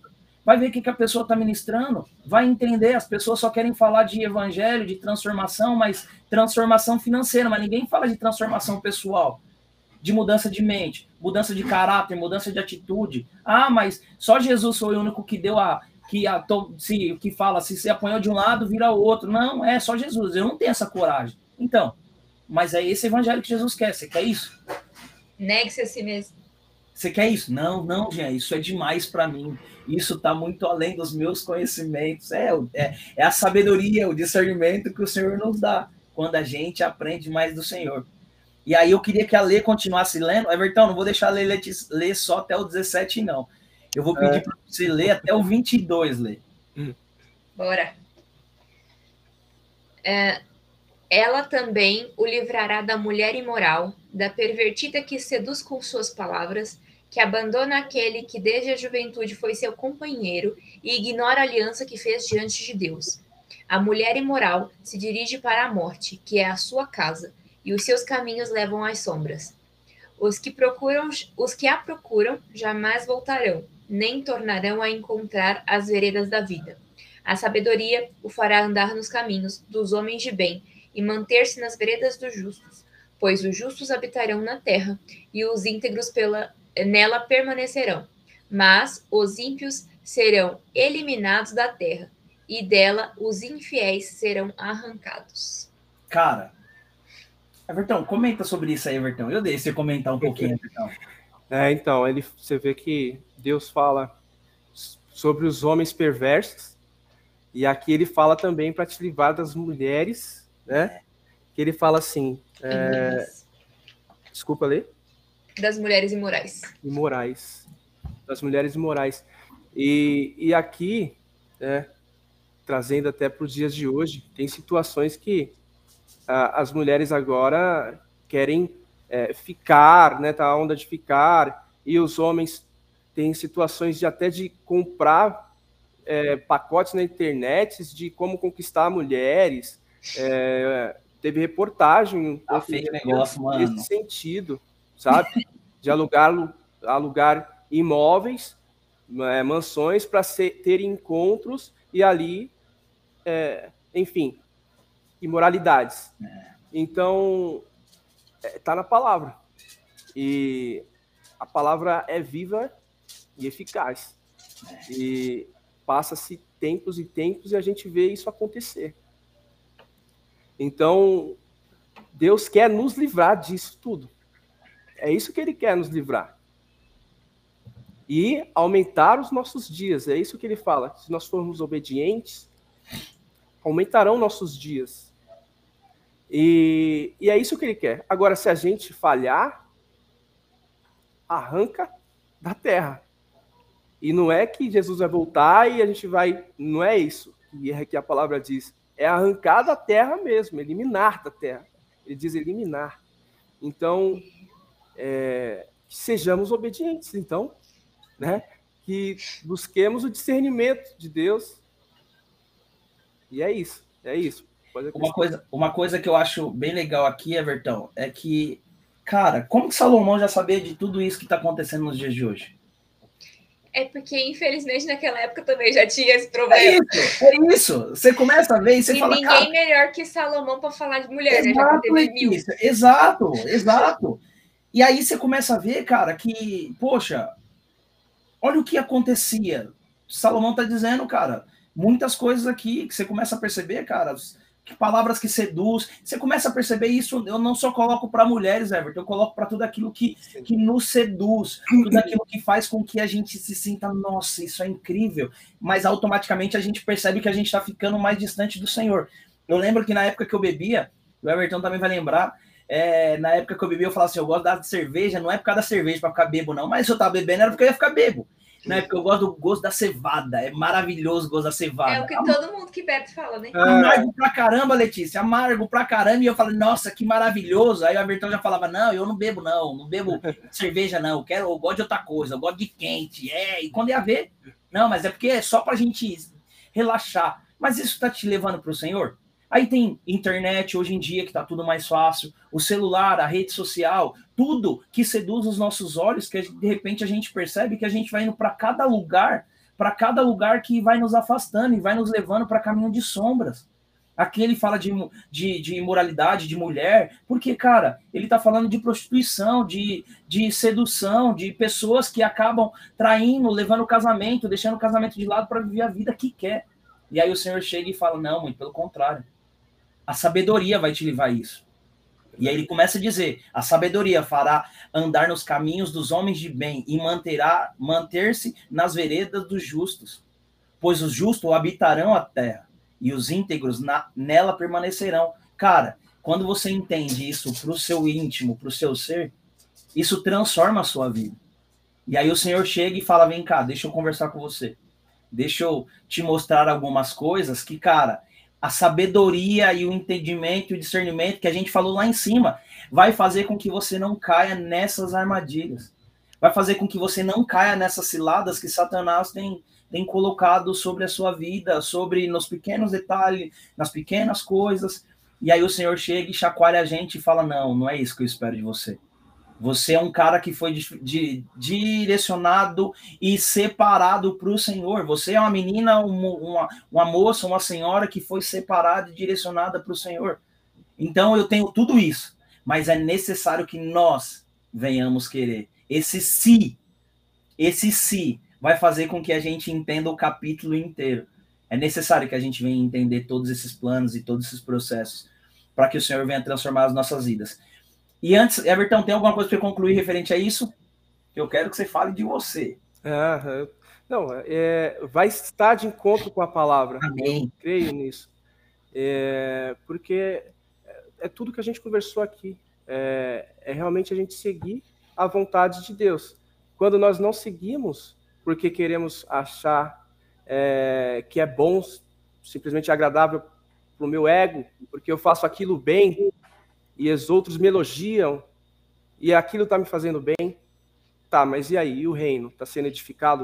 vai ver o que, que a pessoa está ministrando, vai entender. As pessoas só querem falar de evangelho, de transformação, mas transformação financeira, mas ninguém fala de transformação pessoal, de mudança de mente, mudança de caráter, mudança de atitude. Ah, mas só Jesus foi o único que deu a... que, a, se, que fala, se você apanhou de um lado, vira o outro. Não, é só Jesus. Eu não tenho essa coragem. Então, mas é esse evangelho que Jesus quer. Você quer isso? Negue-se a si mesmo. Você quer isso? Não, não, gente. Isso é demais para mim. Isso está muito além dos meus conhecimentos. É, é, é a sabedoria, o discernimento que o Senhor nos dá quando a gente aprende mais do Senhor. E aí eu queria que a Lê continuasse lendo. Everton, não vou deixar a Lê ler só até o dezessete, não. Eu vou pedir é. para você ler até o vinte e dois, Lê. Bora. É, ela também o livrará da mulher imoral, da pervertida que seduz com suas palavras, que abandona aquele que desde a juventude foi seu companheiro e ignora a aliança que fez diante de Deus. A mulher imoral se dirige para a morte, que é a sua casa, e os seus caminhos levam às sombras. Os que procuram, os que a procuram jamais voltarão, nem tornarão a encontrar as veredas da vida. A sabedoria o fará andar nos caminhos dos homens de bem e manter-se nas veredas dos justos, pois os justos habitarão na terra e os íntegros pela, nela permanecerão. Mas os ímpios serão eliminados da terra e dela os infiéis serão arrancados. Cara, Everton, comenta sobre isso aí, Everton. Eu deixei você comentar um pouquinho, Everton. É, então, ele, você vê que Deus fala sobre os homens perversos, e aqui ele fala também para te livrar das mulheres, né? Que ele fala assim... É... Desculpa ler? Das mulheres imorais. Imorais. Das mulheres imorais. E, e aqui, né, trazendo até para os dias de hoje, tem situações que ah, as mulheres agora querem é, ficar, né? Tá a onda de ficar, e os homens têm situações de até de comprar é, pacotes na internet de como conquistar mulheres. É, teve reportagem ah, fake negócio, mano. Nesse sentido, sabe? De alugar, alugar imóveis, é, mansões para ter encontros e ali, é, enfim, imoralidades. Então, está na palavra. E a palavra é viva e eficaz. E passa-se tempos e tempos e a gente vê isso acontecer. Então, Deus quer nos livrar disso tudo. É isso que Ele quer nos livrar. E aumentar os nossos dias. É isso que Ele fala. Se nós formos obedientes, aumentarão nossos dias. E, e é isso que Ele quer. Agora, se a gente falhar, arranca da terra. E não é que Jesus vai voltar e a gente vai... Não é isso que a palavra diz. É arrancar da terra mesmo, eliminar da terra. Ele diz eliminar. Então, é, que sejamos obedientes, então, né? Que busquemos o discernimento de Deus. E é isso, é isso. Uma coisa, uma coisa que eu acho bem legal aqui, Everton, é que, cara, como que Salomão já sabia de tudo isso que está acontecendo nos dias de hoje? É porque, infelizmente, naquela época também já tinha esse problema. É isso, é isso. Você começa a ver e você e fala... ninguém cara, melhor que Salomão para falar de mulher, exato, né? Já teve mil. Exato, exato. E aí você começa a ver, cara, que, poxa, olha o que acontecia. Salomão tá dizendo, cara, muitas coisas aqui que você começa a perceber, cara, que palavras que seduz. Você começa a perceber isso, eu não só coloco para mulheres, Everton, eu coloco para tudo aquilo que, que nos seduz, tudo aquilo que faz com que a gente se sinta, nossa, isso é incrível, mas automaticamente a gente percebe que a gente está ficando mais distante do Senhor. Eu lembro que na época que eu bebia, o Everton também vai lembrar, é, na época que eu bebia, eu falava assim, eu gosto da cerveja, não é por causa da cerveja para ficar bebo, não, mas se eu tava bebendo era porque eu ia ficar bebo. Né? Porque eu gosto do gosto da cevada. É maravilhoso o gosto da cevada. É o que todo mundo que bebe fala, né? Amargo pra caramba, Letícia. Amargo pra caramba. E eu falo, nossa, que maravilhoso. Aí o Everton já falava, não, eu não bebo, não. Não bebo cerveja, não. Eu, quero, eu gosto de outra coisa. Eu gosto de quente. É, e quando ia ver... Não, mas é porque é só pra gente relaxar. Mas isso tá te levando pro Senhor? Aí tem internet hoje em dia, que tá tudo mais fácil, o celular, a rede social, tudo que seduz os nossos olhos, que de repente a gente percebe que a gente vai indo para cada lugar para cada lugar que vai nos afastando e vai nos levando para caminho de sombras. Aqui ele fala de, de, de imoralidade, de mulher, porque, cara, ele está falando de prostituição, de, de sedução, de pessoas que acabam traindo, levando o casamento, deixando o casamento de lado para viver a vida que quer. E aí o Senhor chega e fala, não, muito pelo contrário. A sabedoria vai te levar a isso. E aí ele começa a dizer, a sabedoria fará andar nos caminhos dos homens de bem e manterá, manter-se nas veredas dos justos, pois os justos habitarão a terra e os íntegros na, nela permanecerão. Cara, quando você entende isso para o seu íntimo, para o seu ser, isso transforma a sua vida. E aí o Senhor chega e fala, vem cá, deixa eu conversar com você. Deixa eu te mostrar algumas coisas que, cara, a sabedoria e o entendimento e o discernimento que a gente falou lá em cima vai fazer com que você não caia nessas armadilhas. Vai fazer com que você não caia nessas ciladas que Satanás tem, tem colocado sobre a sua vida, sobre nos pequenos detalhes, nas pequenas coisas. E aí o Senhor chega e chacoalha a gente e fala, não, não é isso que eu espero de você. Você é um cara que foi de, de, direcionado e separado para o Senhor. Você é uma menina, uma, uma moça, uma senhora que foi separada e direcionada para o Senhor. Então eu tenho tudo isso, mas é necessário que nós venhamos querer. Esse se, esse se vai fazer com que a gente entenda o capítulo inteiro. É necessário que a gente venha entender todos esses planos e todos esses processos para que o Senhor venha transformar as nossas vidas. E antes, Everton, tem alguma coisa para concluir referente a isso? Eu quero que você fale de você. Ah, não, é, vai estar de encontro com a palavra. Amém. Eu creio nisso. É, porque é tudo que a gente conversou aqui. É, é realmente a gente seguir a vontade de Deus. Quando nós não seguimos, porque queremos achar é, que é bom, simplesmente agradável para o meu ego, porque eu faço aquilo bem, e os outros me elogiam, e aquilo está me fazendo bem. Tá, mas e aí? E o reino? Está sendo edificado?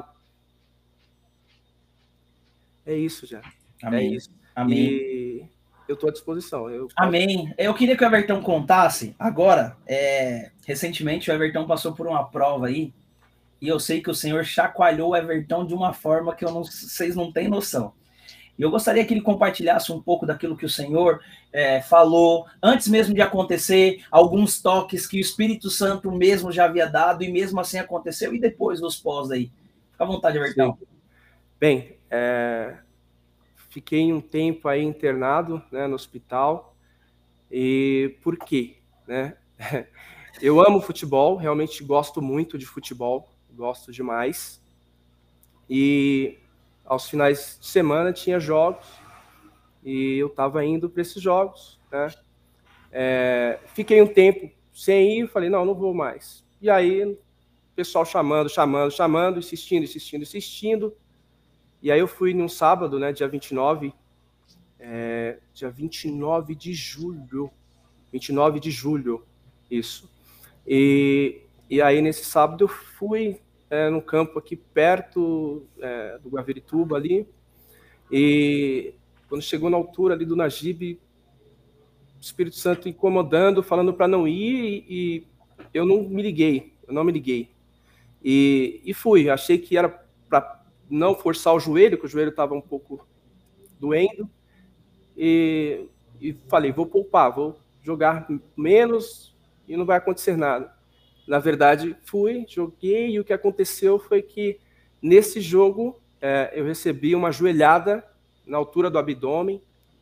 É isso já. Amém. É isso. Amém. E eu estou à disposição. Eu posso... Amém. Eu queria que o Everton contasse, agora, é, recentemente o Everton passou por uma prova aí, e eu sei que o Senhor chacoalhou o Everton de uma forma que eu não, vocês não têm noção. E eu gostaria que ele compartilhasse um pouco daquilo que o Senhor é, falou, antes mesmo de acontecer, alguns toques que o Espírito Santo mesmo já havia dado, e mesmo assim aconteceu, e depois os pós aí. Fica à vontade, Everton. Sim. Bem, é, fiquei um tempo aí internado, né, no hospital. E por quê? Né? Eu amo futebol, realmente gosto muito de futebol, gosto demais. E aos finais de semana tinha jogos e eu estava indo para esses jogos, né? É, fiquei um tempo sem ir, falei, não, não vou mais. E aí, o pessoal chamando, chamando, chamando, insistindo, insistindo, insistindo. E aí eu fui num sábado, né, dia vinte e nove, é, dia vinte e nove de julho, vinte e nove de julho, isso. E, e aí, nesse sábado, eu fui É, no campo aqui perto é, do Guavirituba ali, e quando chegou na altura ali do Najib, o Espírito Santo incomodando, falando para não ir, e, e eu não me liguei, eu não me liguei, e, e fui, achei que era para não forçar o joelho, que o joelho estava um pouco doendo, e, e falei, vou poupar, vou jogar menos e não vai acontecer nada. Na verdade, fui, joguei, e o que aconteceu foi que, nesse jogo, é, eu recebi uma joelhada na altura do abdômen,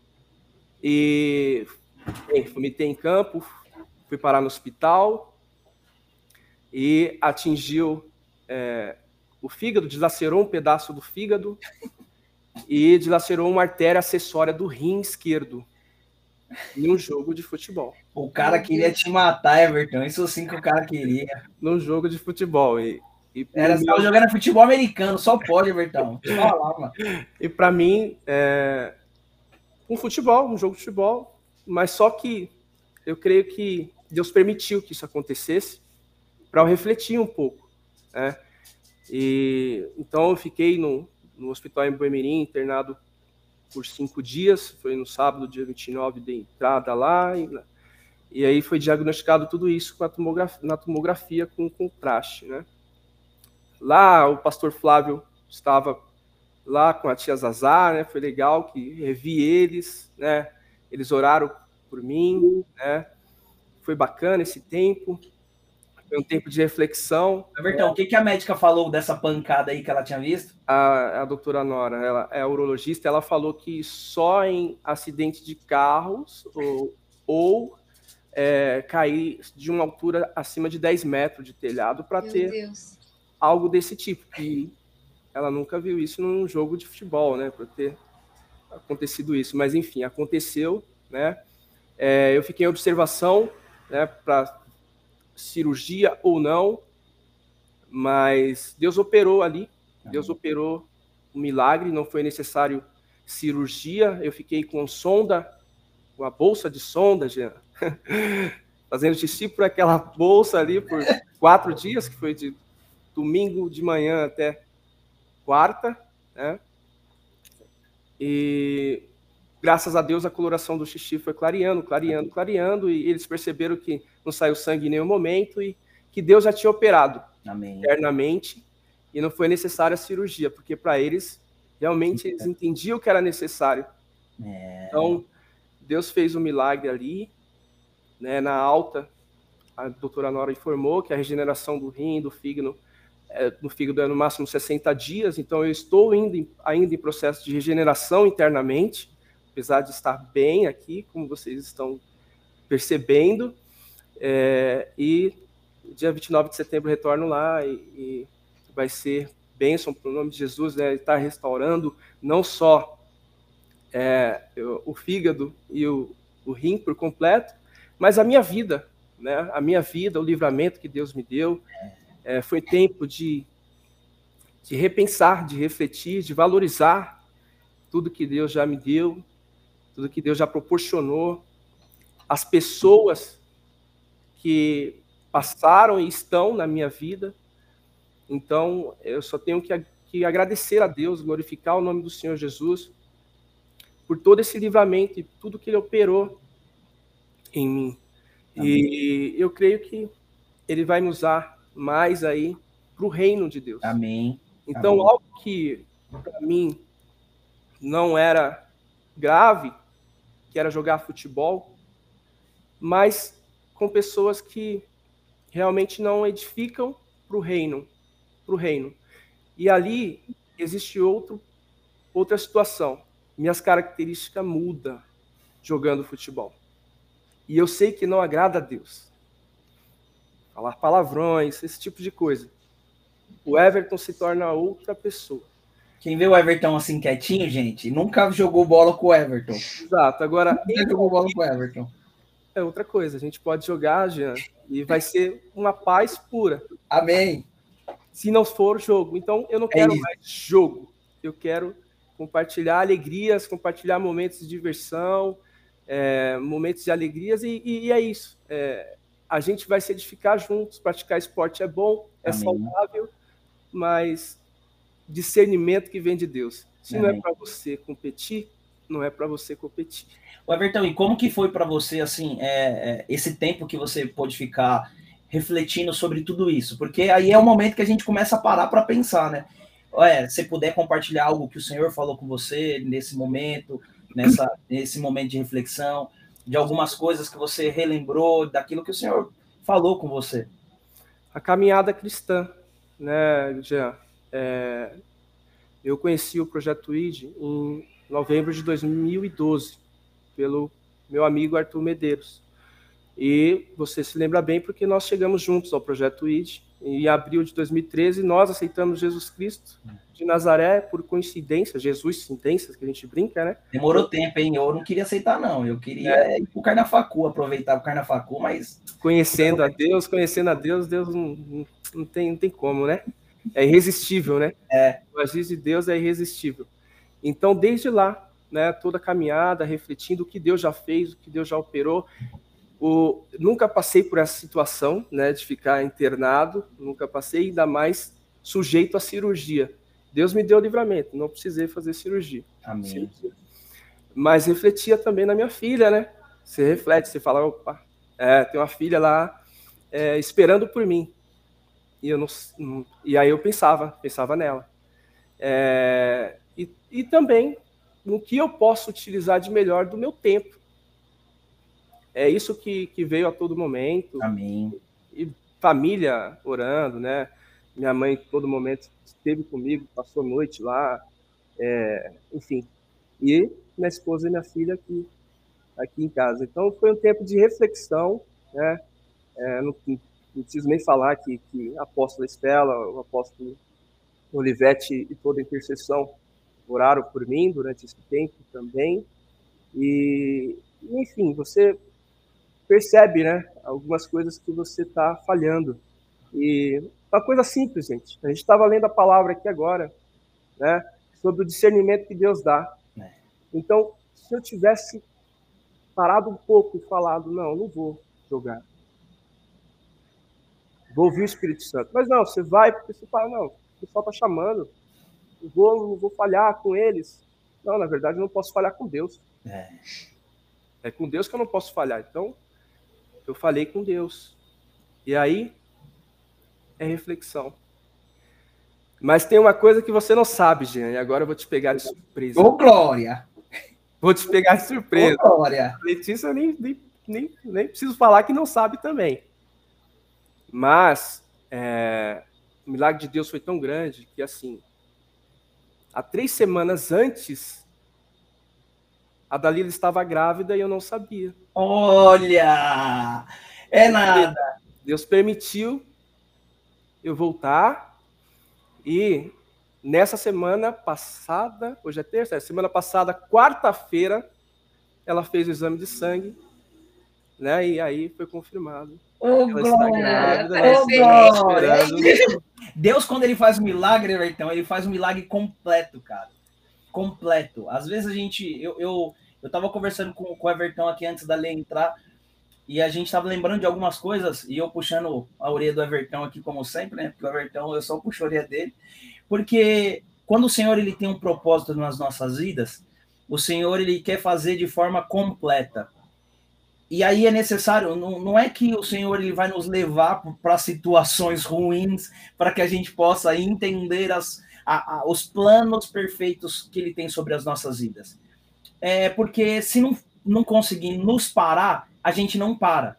e bem, vomitei em campo, fui parar no hospital, e atingiu é, o fígado, dilacerou um pedaço do fígado, e dilacerou uma artéria acessória do rim esquerdo, em um jogo de futebol. O cara queria te matar, Everton. Isso sim que o cara queria. Num jogo de futebol. E, e Era só meu... jogando futebol americano, só pode, Everton. Fala lá, mano. E para mim, é um futebol, um jogo de futebol, mas só que eu creio que Deus permitiu que isso acontecesse para eu refletir um pouco, né? E então eu fiquei no, no hospital em Boemirim, internado por cinco dias, foi no sábado, dia vinte e nove, de entrada lá, e, e aí foi diagnosticado tudo isso com a tomografia, na tomografia com contraste, né? Lá o pastor Flávio estava lá com a tia Zazar, né? Foi legal que revi eles, né? Eles oraram por mim, né? Foi bacana esse tempo. Foi um tempo de reflexão. Everton, o que, que a médica falou dessa pancada aí que ela tinha visto? A, a doutora Nora, ela é urologista, ela falou que só em acidente de carros ou, ou é, cair de uma altura acima de dez metros de telhado para ter Deus. algo desse tipo. E ela nunca viu isso num jogo de futebol, né? Para ter acontecido isso. Mas, enfim, aconteceu, né? É, eu fiquei em observação, né? Para cirurgia ou não, mas Deus operou ali, Deus operou um milagre, não foi necessário cirurgia, eu fiquei com sonda, com a bolsa de sonda, Jean, fazendo xixi por aquela bolsa ali por quatro dias, que foi de domingo de manhã até quarta, né? E graças a Deus a coloração do xixi foi clareando, clareando, clareando, e eles perceberam que não saiu sangue em nenhum momento e que Deus já tinha operado Amém. internamente e não foi necessária a cirurgia, porque para eles, realmente, eles entendiam que era necessário. É. Então, Deus fez um milagre ali, né, na alta, a doutora Nora informou que a regeneração do rim, do fígado, é, no fígado é no máximo sessenta dias, então eu estou indo, ainda em processo de regeneração internamente, apesar de estar bem aqui, como vocês estão percebendo, é, e dia vinte e nove de setembro retorno lá e, e vai ser bênção para o nome de Jesus, né? Ele está restaurando não só é, o fígado e o, o rim por completo, mas a minha vida, né? A minha vida, o livramento que Deus me deu, é, foi tempo de, de repensar, de refletir, de valorizar tudo que Deus já me deu, tudo que Deus já proporcionou, as pessoas que passaram e estão na minha vida. Então, eu só tenho que, que agradecer a Deus, glorificar o nome do Senhor Jesus por todo esse livramento e tudo que Ele operou em mim. Amém. E eu creio que Ele vai me usar mais aí para o reino de Deus. Amém. Então, Amém. algo que para mim não era grave, que era jogar futebol, mas com pessoas que realmente não edificam para o reino, para o reino. E ali existe outro, outra situação. Minhas características mudam jogando futebol. E eu sei que não agrada a Deus. Falar palavrões, esse tipo de coisa. O Everton se torna outra pessoa. Quem vê o Everton assim quietinho, gente, nunca jogou bola com o Everton. Exato. Agora, nunca jogou bola com o Everton. É outra coisa. A gente pode jogar, Jean, e vai ser uma paz pura. Amém. Se não for jogo. Então, eu não quero é mais jogo. Eu quero compartilhar alegrias, compartilhar momentos de diversão, é, momentos de alegrias, e, e, e é isso. É, a gente vai se edificar juntos, praticar esporte é bom, é Amém. Saudável, mas discernimento que vem de Deus. Se Amém. Não é para você competir, não é para você competir. O Everton, e como que foi para você, assim, é, é, esse tempo que você pôde ficar refletindo sobre tudo isso? Porque aí é o momento que a gente começa a parar para pensar, né? Olha, se puder compartilhar algo que o Senhor falou com você nesse momento, nessa, nesse momento de reflexão, de algumas coisas que você relembrou, daquilo que o Senhor falou com você. A caminhada cristã, né, Jean? É, eu conheci o Projeto I D em novembro de dois mil e doze, pelo meu amigo Arthur Medeiros. E você se lembra bem porque nós chegamos juntos ao Projeto I D. Em abril de dois mil e treze, nós aceitamos Jesus Cristo de Nazaré por coincidência, Jesus Coincidências, que a gente brinca, né? Demorou tempo, hein? Eu não queria aceitar, não. Eu queria é. ir pro Carnafacu, aproveitar o Carnafacu, mas... Conhecendo a Deus, conhecendo a Deus, Deus não, não, não, tem, não tem como, né? É irresistível, né? É. O agir de Deus é irresistível. Então, desde lá, né, toda a caminhada, refletindo o que Deus já fez, o que Deus já operou. O, nunca passei por essa situação, né, de ficar internado, nunca passei, ainda mais sujeito à cirurgia. Deus me deu livramento, não precisei fazer cirurgia. Amém. Cirurgia. Mas refletia também na minha filha, né? Você reflete, você fala, opa, é, tem uma filha lá é, esperando por mim. E, eu não, não, e aí eu pensava, pensava nela. É, e, e também no que eu posso utilizar de melhor do meu tempo. É isso que, que veio a todo momento. Amém. E família orando, né? Minha mãe, todo momento, esteve comigo, passou a noite lá, é, enfim. E minha esposa e minha filha aqui, aqui em casa. Então, foi um tempo de reflexão, né? É, não, não preciso nem falar que, que a apóstola Estela, o apóstolo Olivete e toda a intercessão oraram por mim durante esse tempo também. E, enfim, você percebe, né, algumas coisas que você está falhando. E uma coisa simples, gente. A gente estava lendo a palavra aqui agora, né, sobre o discernimento que Deus dá. Então, se eu tivesse parado um pouco e falado, não, não vou jogar, vou ouvir o Espírito Santo. Mas não, você vai porque você fala, não, o pessoal está chamando, não vou, não vou falhar com eles. Não, na verdade, eu não posso falhar com Deus. É. É com Deus que eu não posso falhar. Então, eu falei com Deus. E aí, é reflexão. Mas tem uma coisa que você não sabe, Jean, e agora eu vou te pegar de surpresa. Ô, Glória! Vou te pegar de surpresa. Ô, Glória! Letícia, eu nem, nem, nem, nem preciso falar que não sabe também. Mas, é, o milagre de Deus foi tão grande que, assim, há três semanas antes, a Dalila estava grávida e eu não sabia. Olha! É nada. Deus permitiu eu voltar e nessa semana passada, hoje é terça, semana passada, quarta-feira, ela fez o exame de sangue, né? E aí foi confirmado. Ô, Ela está grávida, Glória! nós Ô, estamos Glória! esperando. Deus, quando ele faz um milagre, Everton, ele faz um milagre completo, cara. Completo. Às vezes a gente... Eu, eu, eu tava conversando com, com o Everton aqui antes da Lê entrar, e a gente tava lembrando de algumas coisas, e eu puxando a orelha do Everton aqui, como sempre, né? Porque o Everton, eu só puxo a orelha dele. Porque quando o Senhor ele tem um propósito nas nossas vidas, o Senhor ele quer fazer de forma completa. E aí é necessário, não, não é que o Senhor ele vai nos levar para situações ruins, para que a gente possa entender as, a, a, os planos perfeitos que ele tem sobre as nossas vidas. É porque se não, não conseguir nos parar, a gente não para.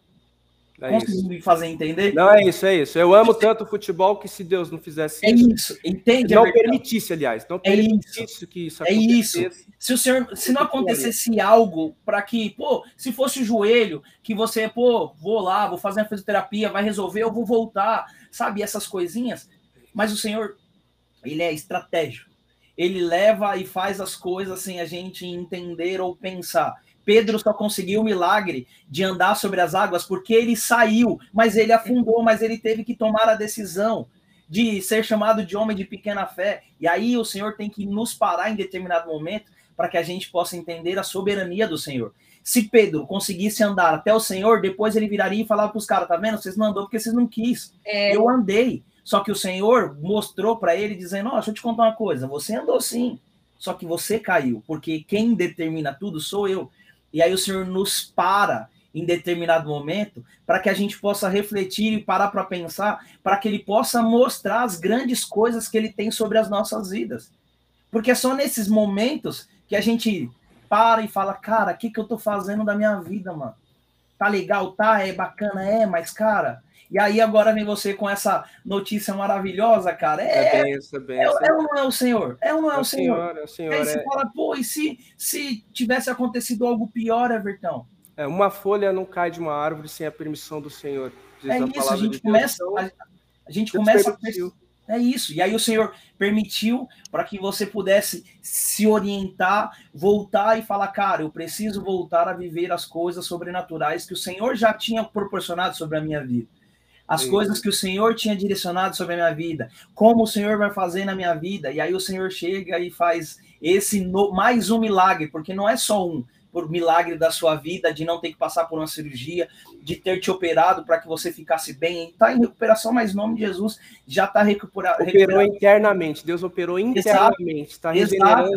É Conseguindo me fazer entender? Não, é isso, é isso. Eu amo tanto o futebol que se Deus não fizesse é isso... isso, entende? Não permitisse, aliás. Não permitisse é isso. que isso acontecesse. É isso. Se, o senhor, se não eu acontecesse algo para que, pô, se fosse o joelho, que você, pô, vou lá, vou fazer a fisioterapia, vai resolver, eu vou voltar, sabe? Essas coisinhas. Mas o Senhor, ele é estratégico. Ele leva e faz as coisas sem a gente entender ou pensar. Pedro só conseguiu o milagre de andar sobre as águas porque ele saiu, mas ele afundou, mas ele teve que tomar a decisão de ser chamado de homem de pequena fé. E aí o Senhor tem que nos parar em determinado momento para que a gente possa entender a soberania do Senhor. Se Pedro conseguisse andar até o Senhor, depois ele viraria e falava para os caras, tá vendo? Vocês não andou porque vocês não quis. É. Eu andei. Só que o Senhor mostrou para ele, dizendo, ó, oh, deixa eu te contar uma coisa, você andou sim, só que você caiu, porque quem determina tudo sou eu. E aí o Senhor nos para em determinado momento para que a gente possa refletir e parar para pensar, para que ele possa mostrar as grandes coisas que ele tem sobre as nossas vidas. Porque é só nesses momentos que a gente para e fala, cara, o que, que eu tô fazendo da minha vida, mano? Tá legal, tá? É bacana, é, mas, cara... E aí agora vem você com essa notícia maravilhosa, cara. É, é bem isso, é bem isso. É, é ou não é o Senhor? É ou não é, é o Senhor? Senhor? É o Senhor. Aí você é... fala, pô, e se, se tivesse acontecido algo pior, Everton? É, uma folha não cai de uma árvore sem a permissão do Senhor. Diz é a isso, a gente de começa... Deus, a, a gente Deus começa permitiu. a... É isso. E aí o Senhor permitiu para que você pudesse se orientar, voltar e falar, cara, eu preciso voltar a viver as coisas sobrenaturais que o Senhor já tinha proporcionado sobre a minha vida. As Sim. coisas que o Senhor tinha direcionado sobre a minha vida, como o Senhor vai fazer na minha vida, e aí o Senhor chega e faz esse no, mais um milagre, porque não é só um, por milagre da sua vida, de não ter que passar por uma cirurgia, de ter te operado para que você ficasse bem, está em recuperação, mas em nome de Jesus já está recuperado. Operou internamente, Deus operou internamente, está regenerando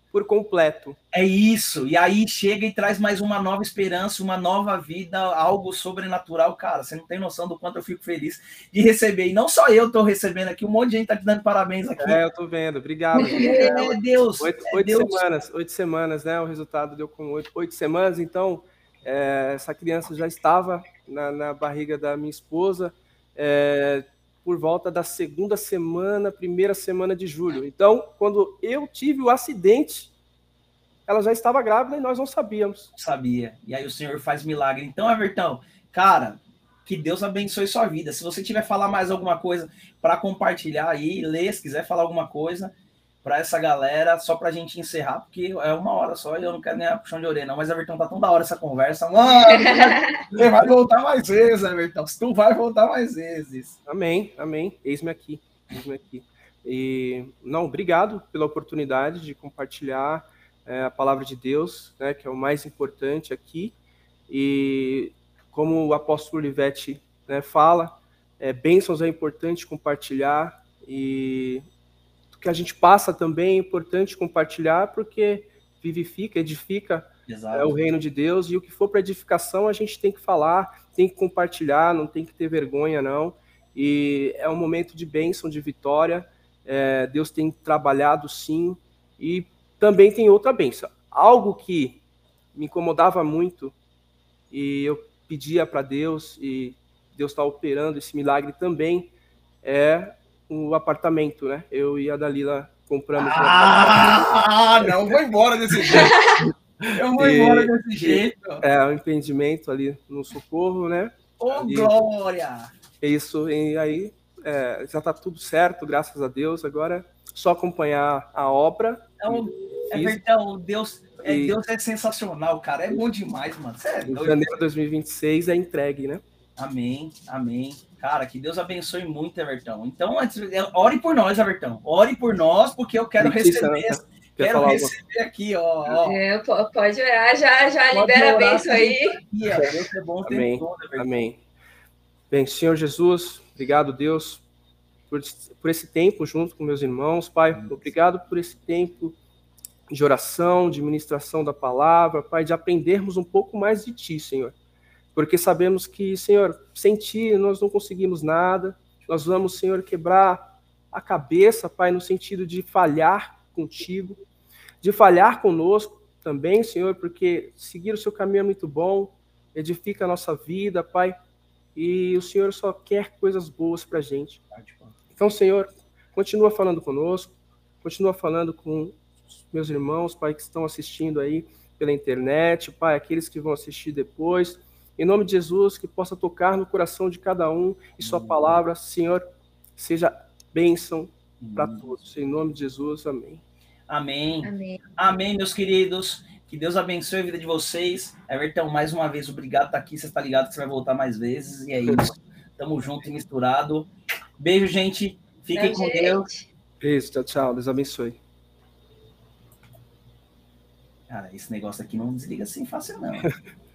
por completo. É isso, e aí chega e traz mais uma nova esperança, uma nova vida, algo sobrenatural, cara, você não tem noção do quanto eu fico feliz de receber, e não só eu tô recebendo aqui, um monte de gente tá te dando parabéns aqui. É, eu tô vendo, obrigado. É, Deus. Oito, é oito Deus. semanas, oito semanas, né, o resultado deu com oito, oito semanas, então, é, essa criança já estava na, na barriga da minha esposa, é, por volta da segunda semana, primeira semana de julho. Então, quando eu tive o acidente, ela já estava grávida e nós não sabíamos. Sabia. E aí o Senhor faz milagre. Então, Everton, cara, que Deus abençoe sua vida. Se você tiver falar mais alguma coisa para compartilhar aí, lê, se quiser falar alguma coisa para essa galera, só para a gente encerrar, porque é uma hora só e eu não quero nem a puxão de orelha, não. Mas, Everton, tá tão da hora essa conversa. Mano, você vai voltar mais vezes, Everton. Tu vai voltar mais vezes. Amém, amém. Eis-me aqui. Eis-me aqui. E, não, obrigado pela oportunidade de compartilhar é, a palavra de Deus, né, que é o mais importante aqui. E como o apóstolo Olivete, né, fala, é, bênçãos é importante compartilhar, e o que a gente passa também é importante compartilhar, porque vivifica, edifica é, o reino de Deus, e o que for para edificação a gente tem que falar, tem que compartilhar, não tem que ter vergonha, não. E é um momento de bênção, de vitória. É, Deus tem trabalhado, sim, e também tem outra bênção. Algo que me incomodava muito, e eu pedia para Deus, e Deus está operando esse milagre também, é o apartamento, né? Eu e a Dalila compramos... Ah, um não vou embora desse jeito. Eu vou e, embora desse jeito. É, o empreendimento ali no Socorro, né? Ô, oh, glória! Isso, e aí é, já está tudo certo, graças a Deus. Agora só acompanhar a obra. Então, é verdade, Deus, é, e... Deus é sensacional, cara. É bom demais, mano. Você é doido. Em janeiro de dois mil e vinte e seis é entregue, né? Amém, amém. Cara, que Deus abençoe muito, Everton. Então, ore por nós, Everton. Ore por nós, porque eu quero Letícia, receber... Né? Quero receber algo? Aqui, ó. ó. É, pode orar, já, já pode libera a bênção aí. Aqui, ó. Deus é bom o tempo Amém, todo, Everton. Amém. Bem, Senhor Jesus, obrigado, Deus, por, por esse tempo junto com meus irmãos, Pai. Amém. Obrigado por esse tempo de oração, de ministração da palavra, Pai, de aprendermos um pouco mais de Ti, Senhor. Porque sabemos que, Senhor, sem Ti nós não conseguimos nada. Nós vamos, Senhor, quebrar a cabeça, Pai, no sentido de falhar contigo, de falhar conosco também, Senhor, porque seguir o Seu caminho é muito bom, edifica a nossa vida, Pai, e o Senhor só quer coisas boas para a gente. Então, Senhor, continua falando conosco, continua falando com os meus irmãos, Pai, que estão assistindo aí pela internet, Pai, aqueles que vão assistir depois. Em nome de Jesus, que possa tocar no coração de cada um e Sua palavra, Senhor, seja bênção para todos. Em nome de Jesus, amém. Amém. Amém. Amém, meus queridos. Que Deus abençoe a vida de vocês. Everton, mais uma vez, obrigado por estar aqui. Você está ligado que você vai voltar mais vezes. E é isso. Tamo junto e misturado. Beijo, gente. Fiquem com Deus. Beijo, tchau, tchau. Deus abençoe. Cara, esse negócio aqui não desliga assim fácil, não.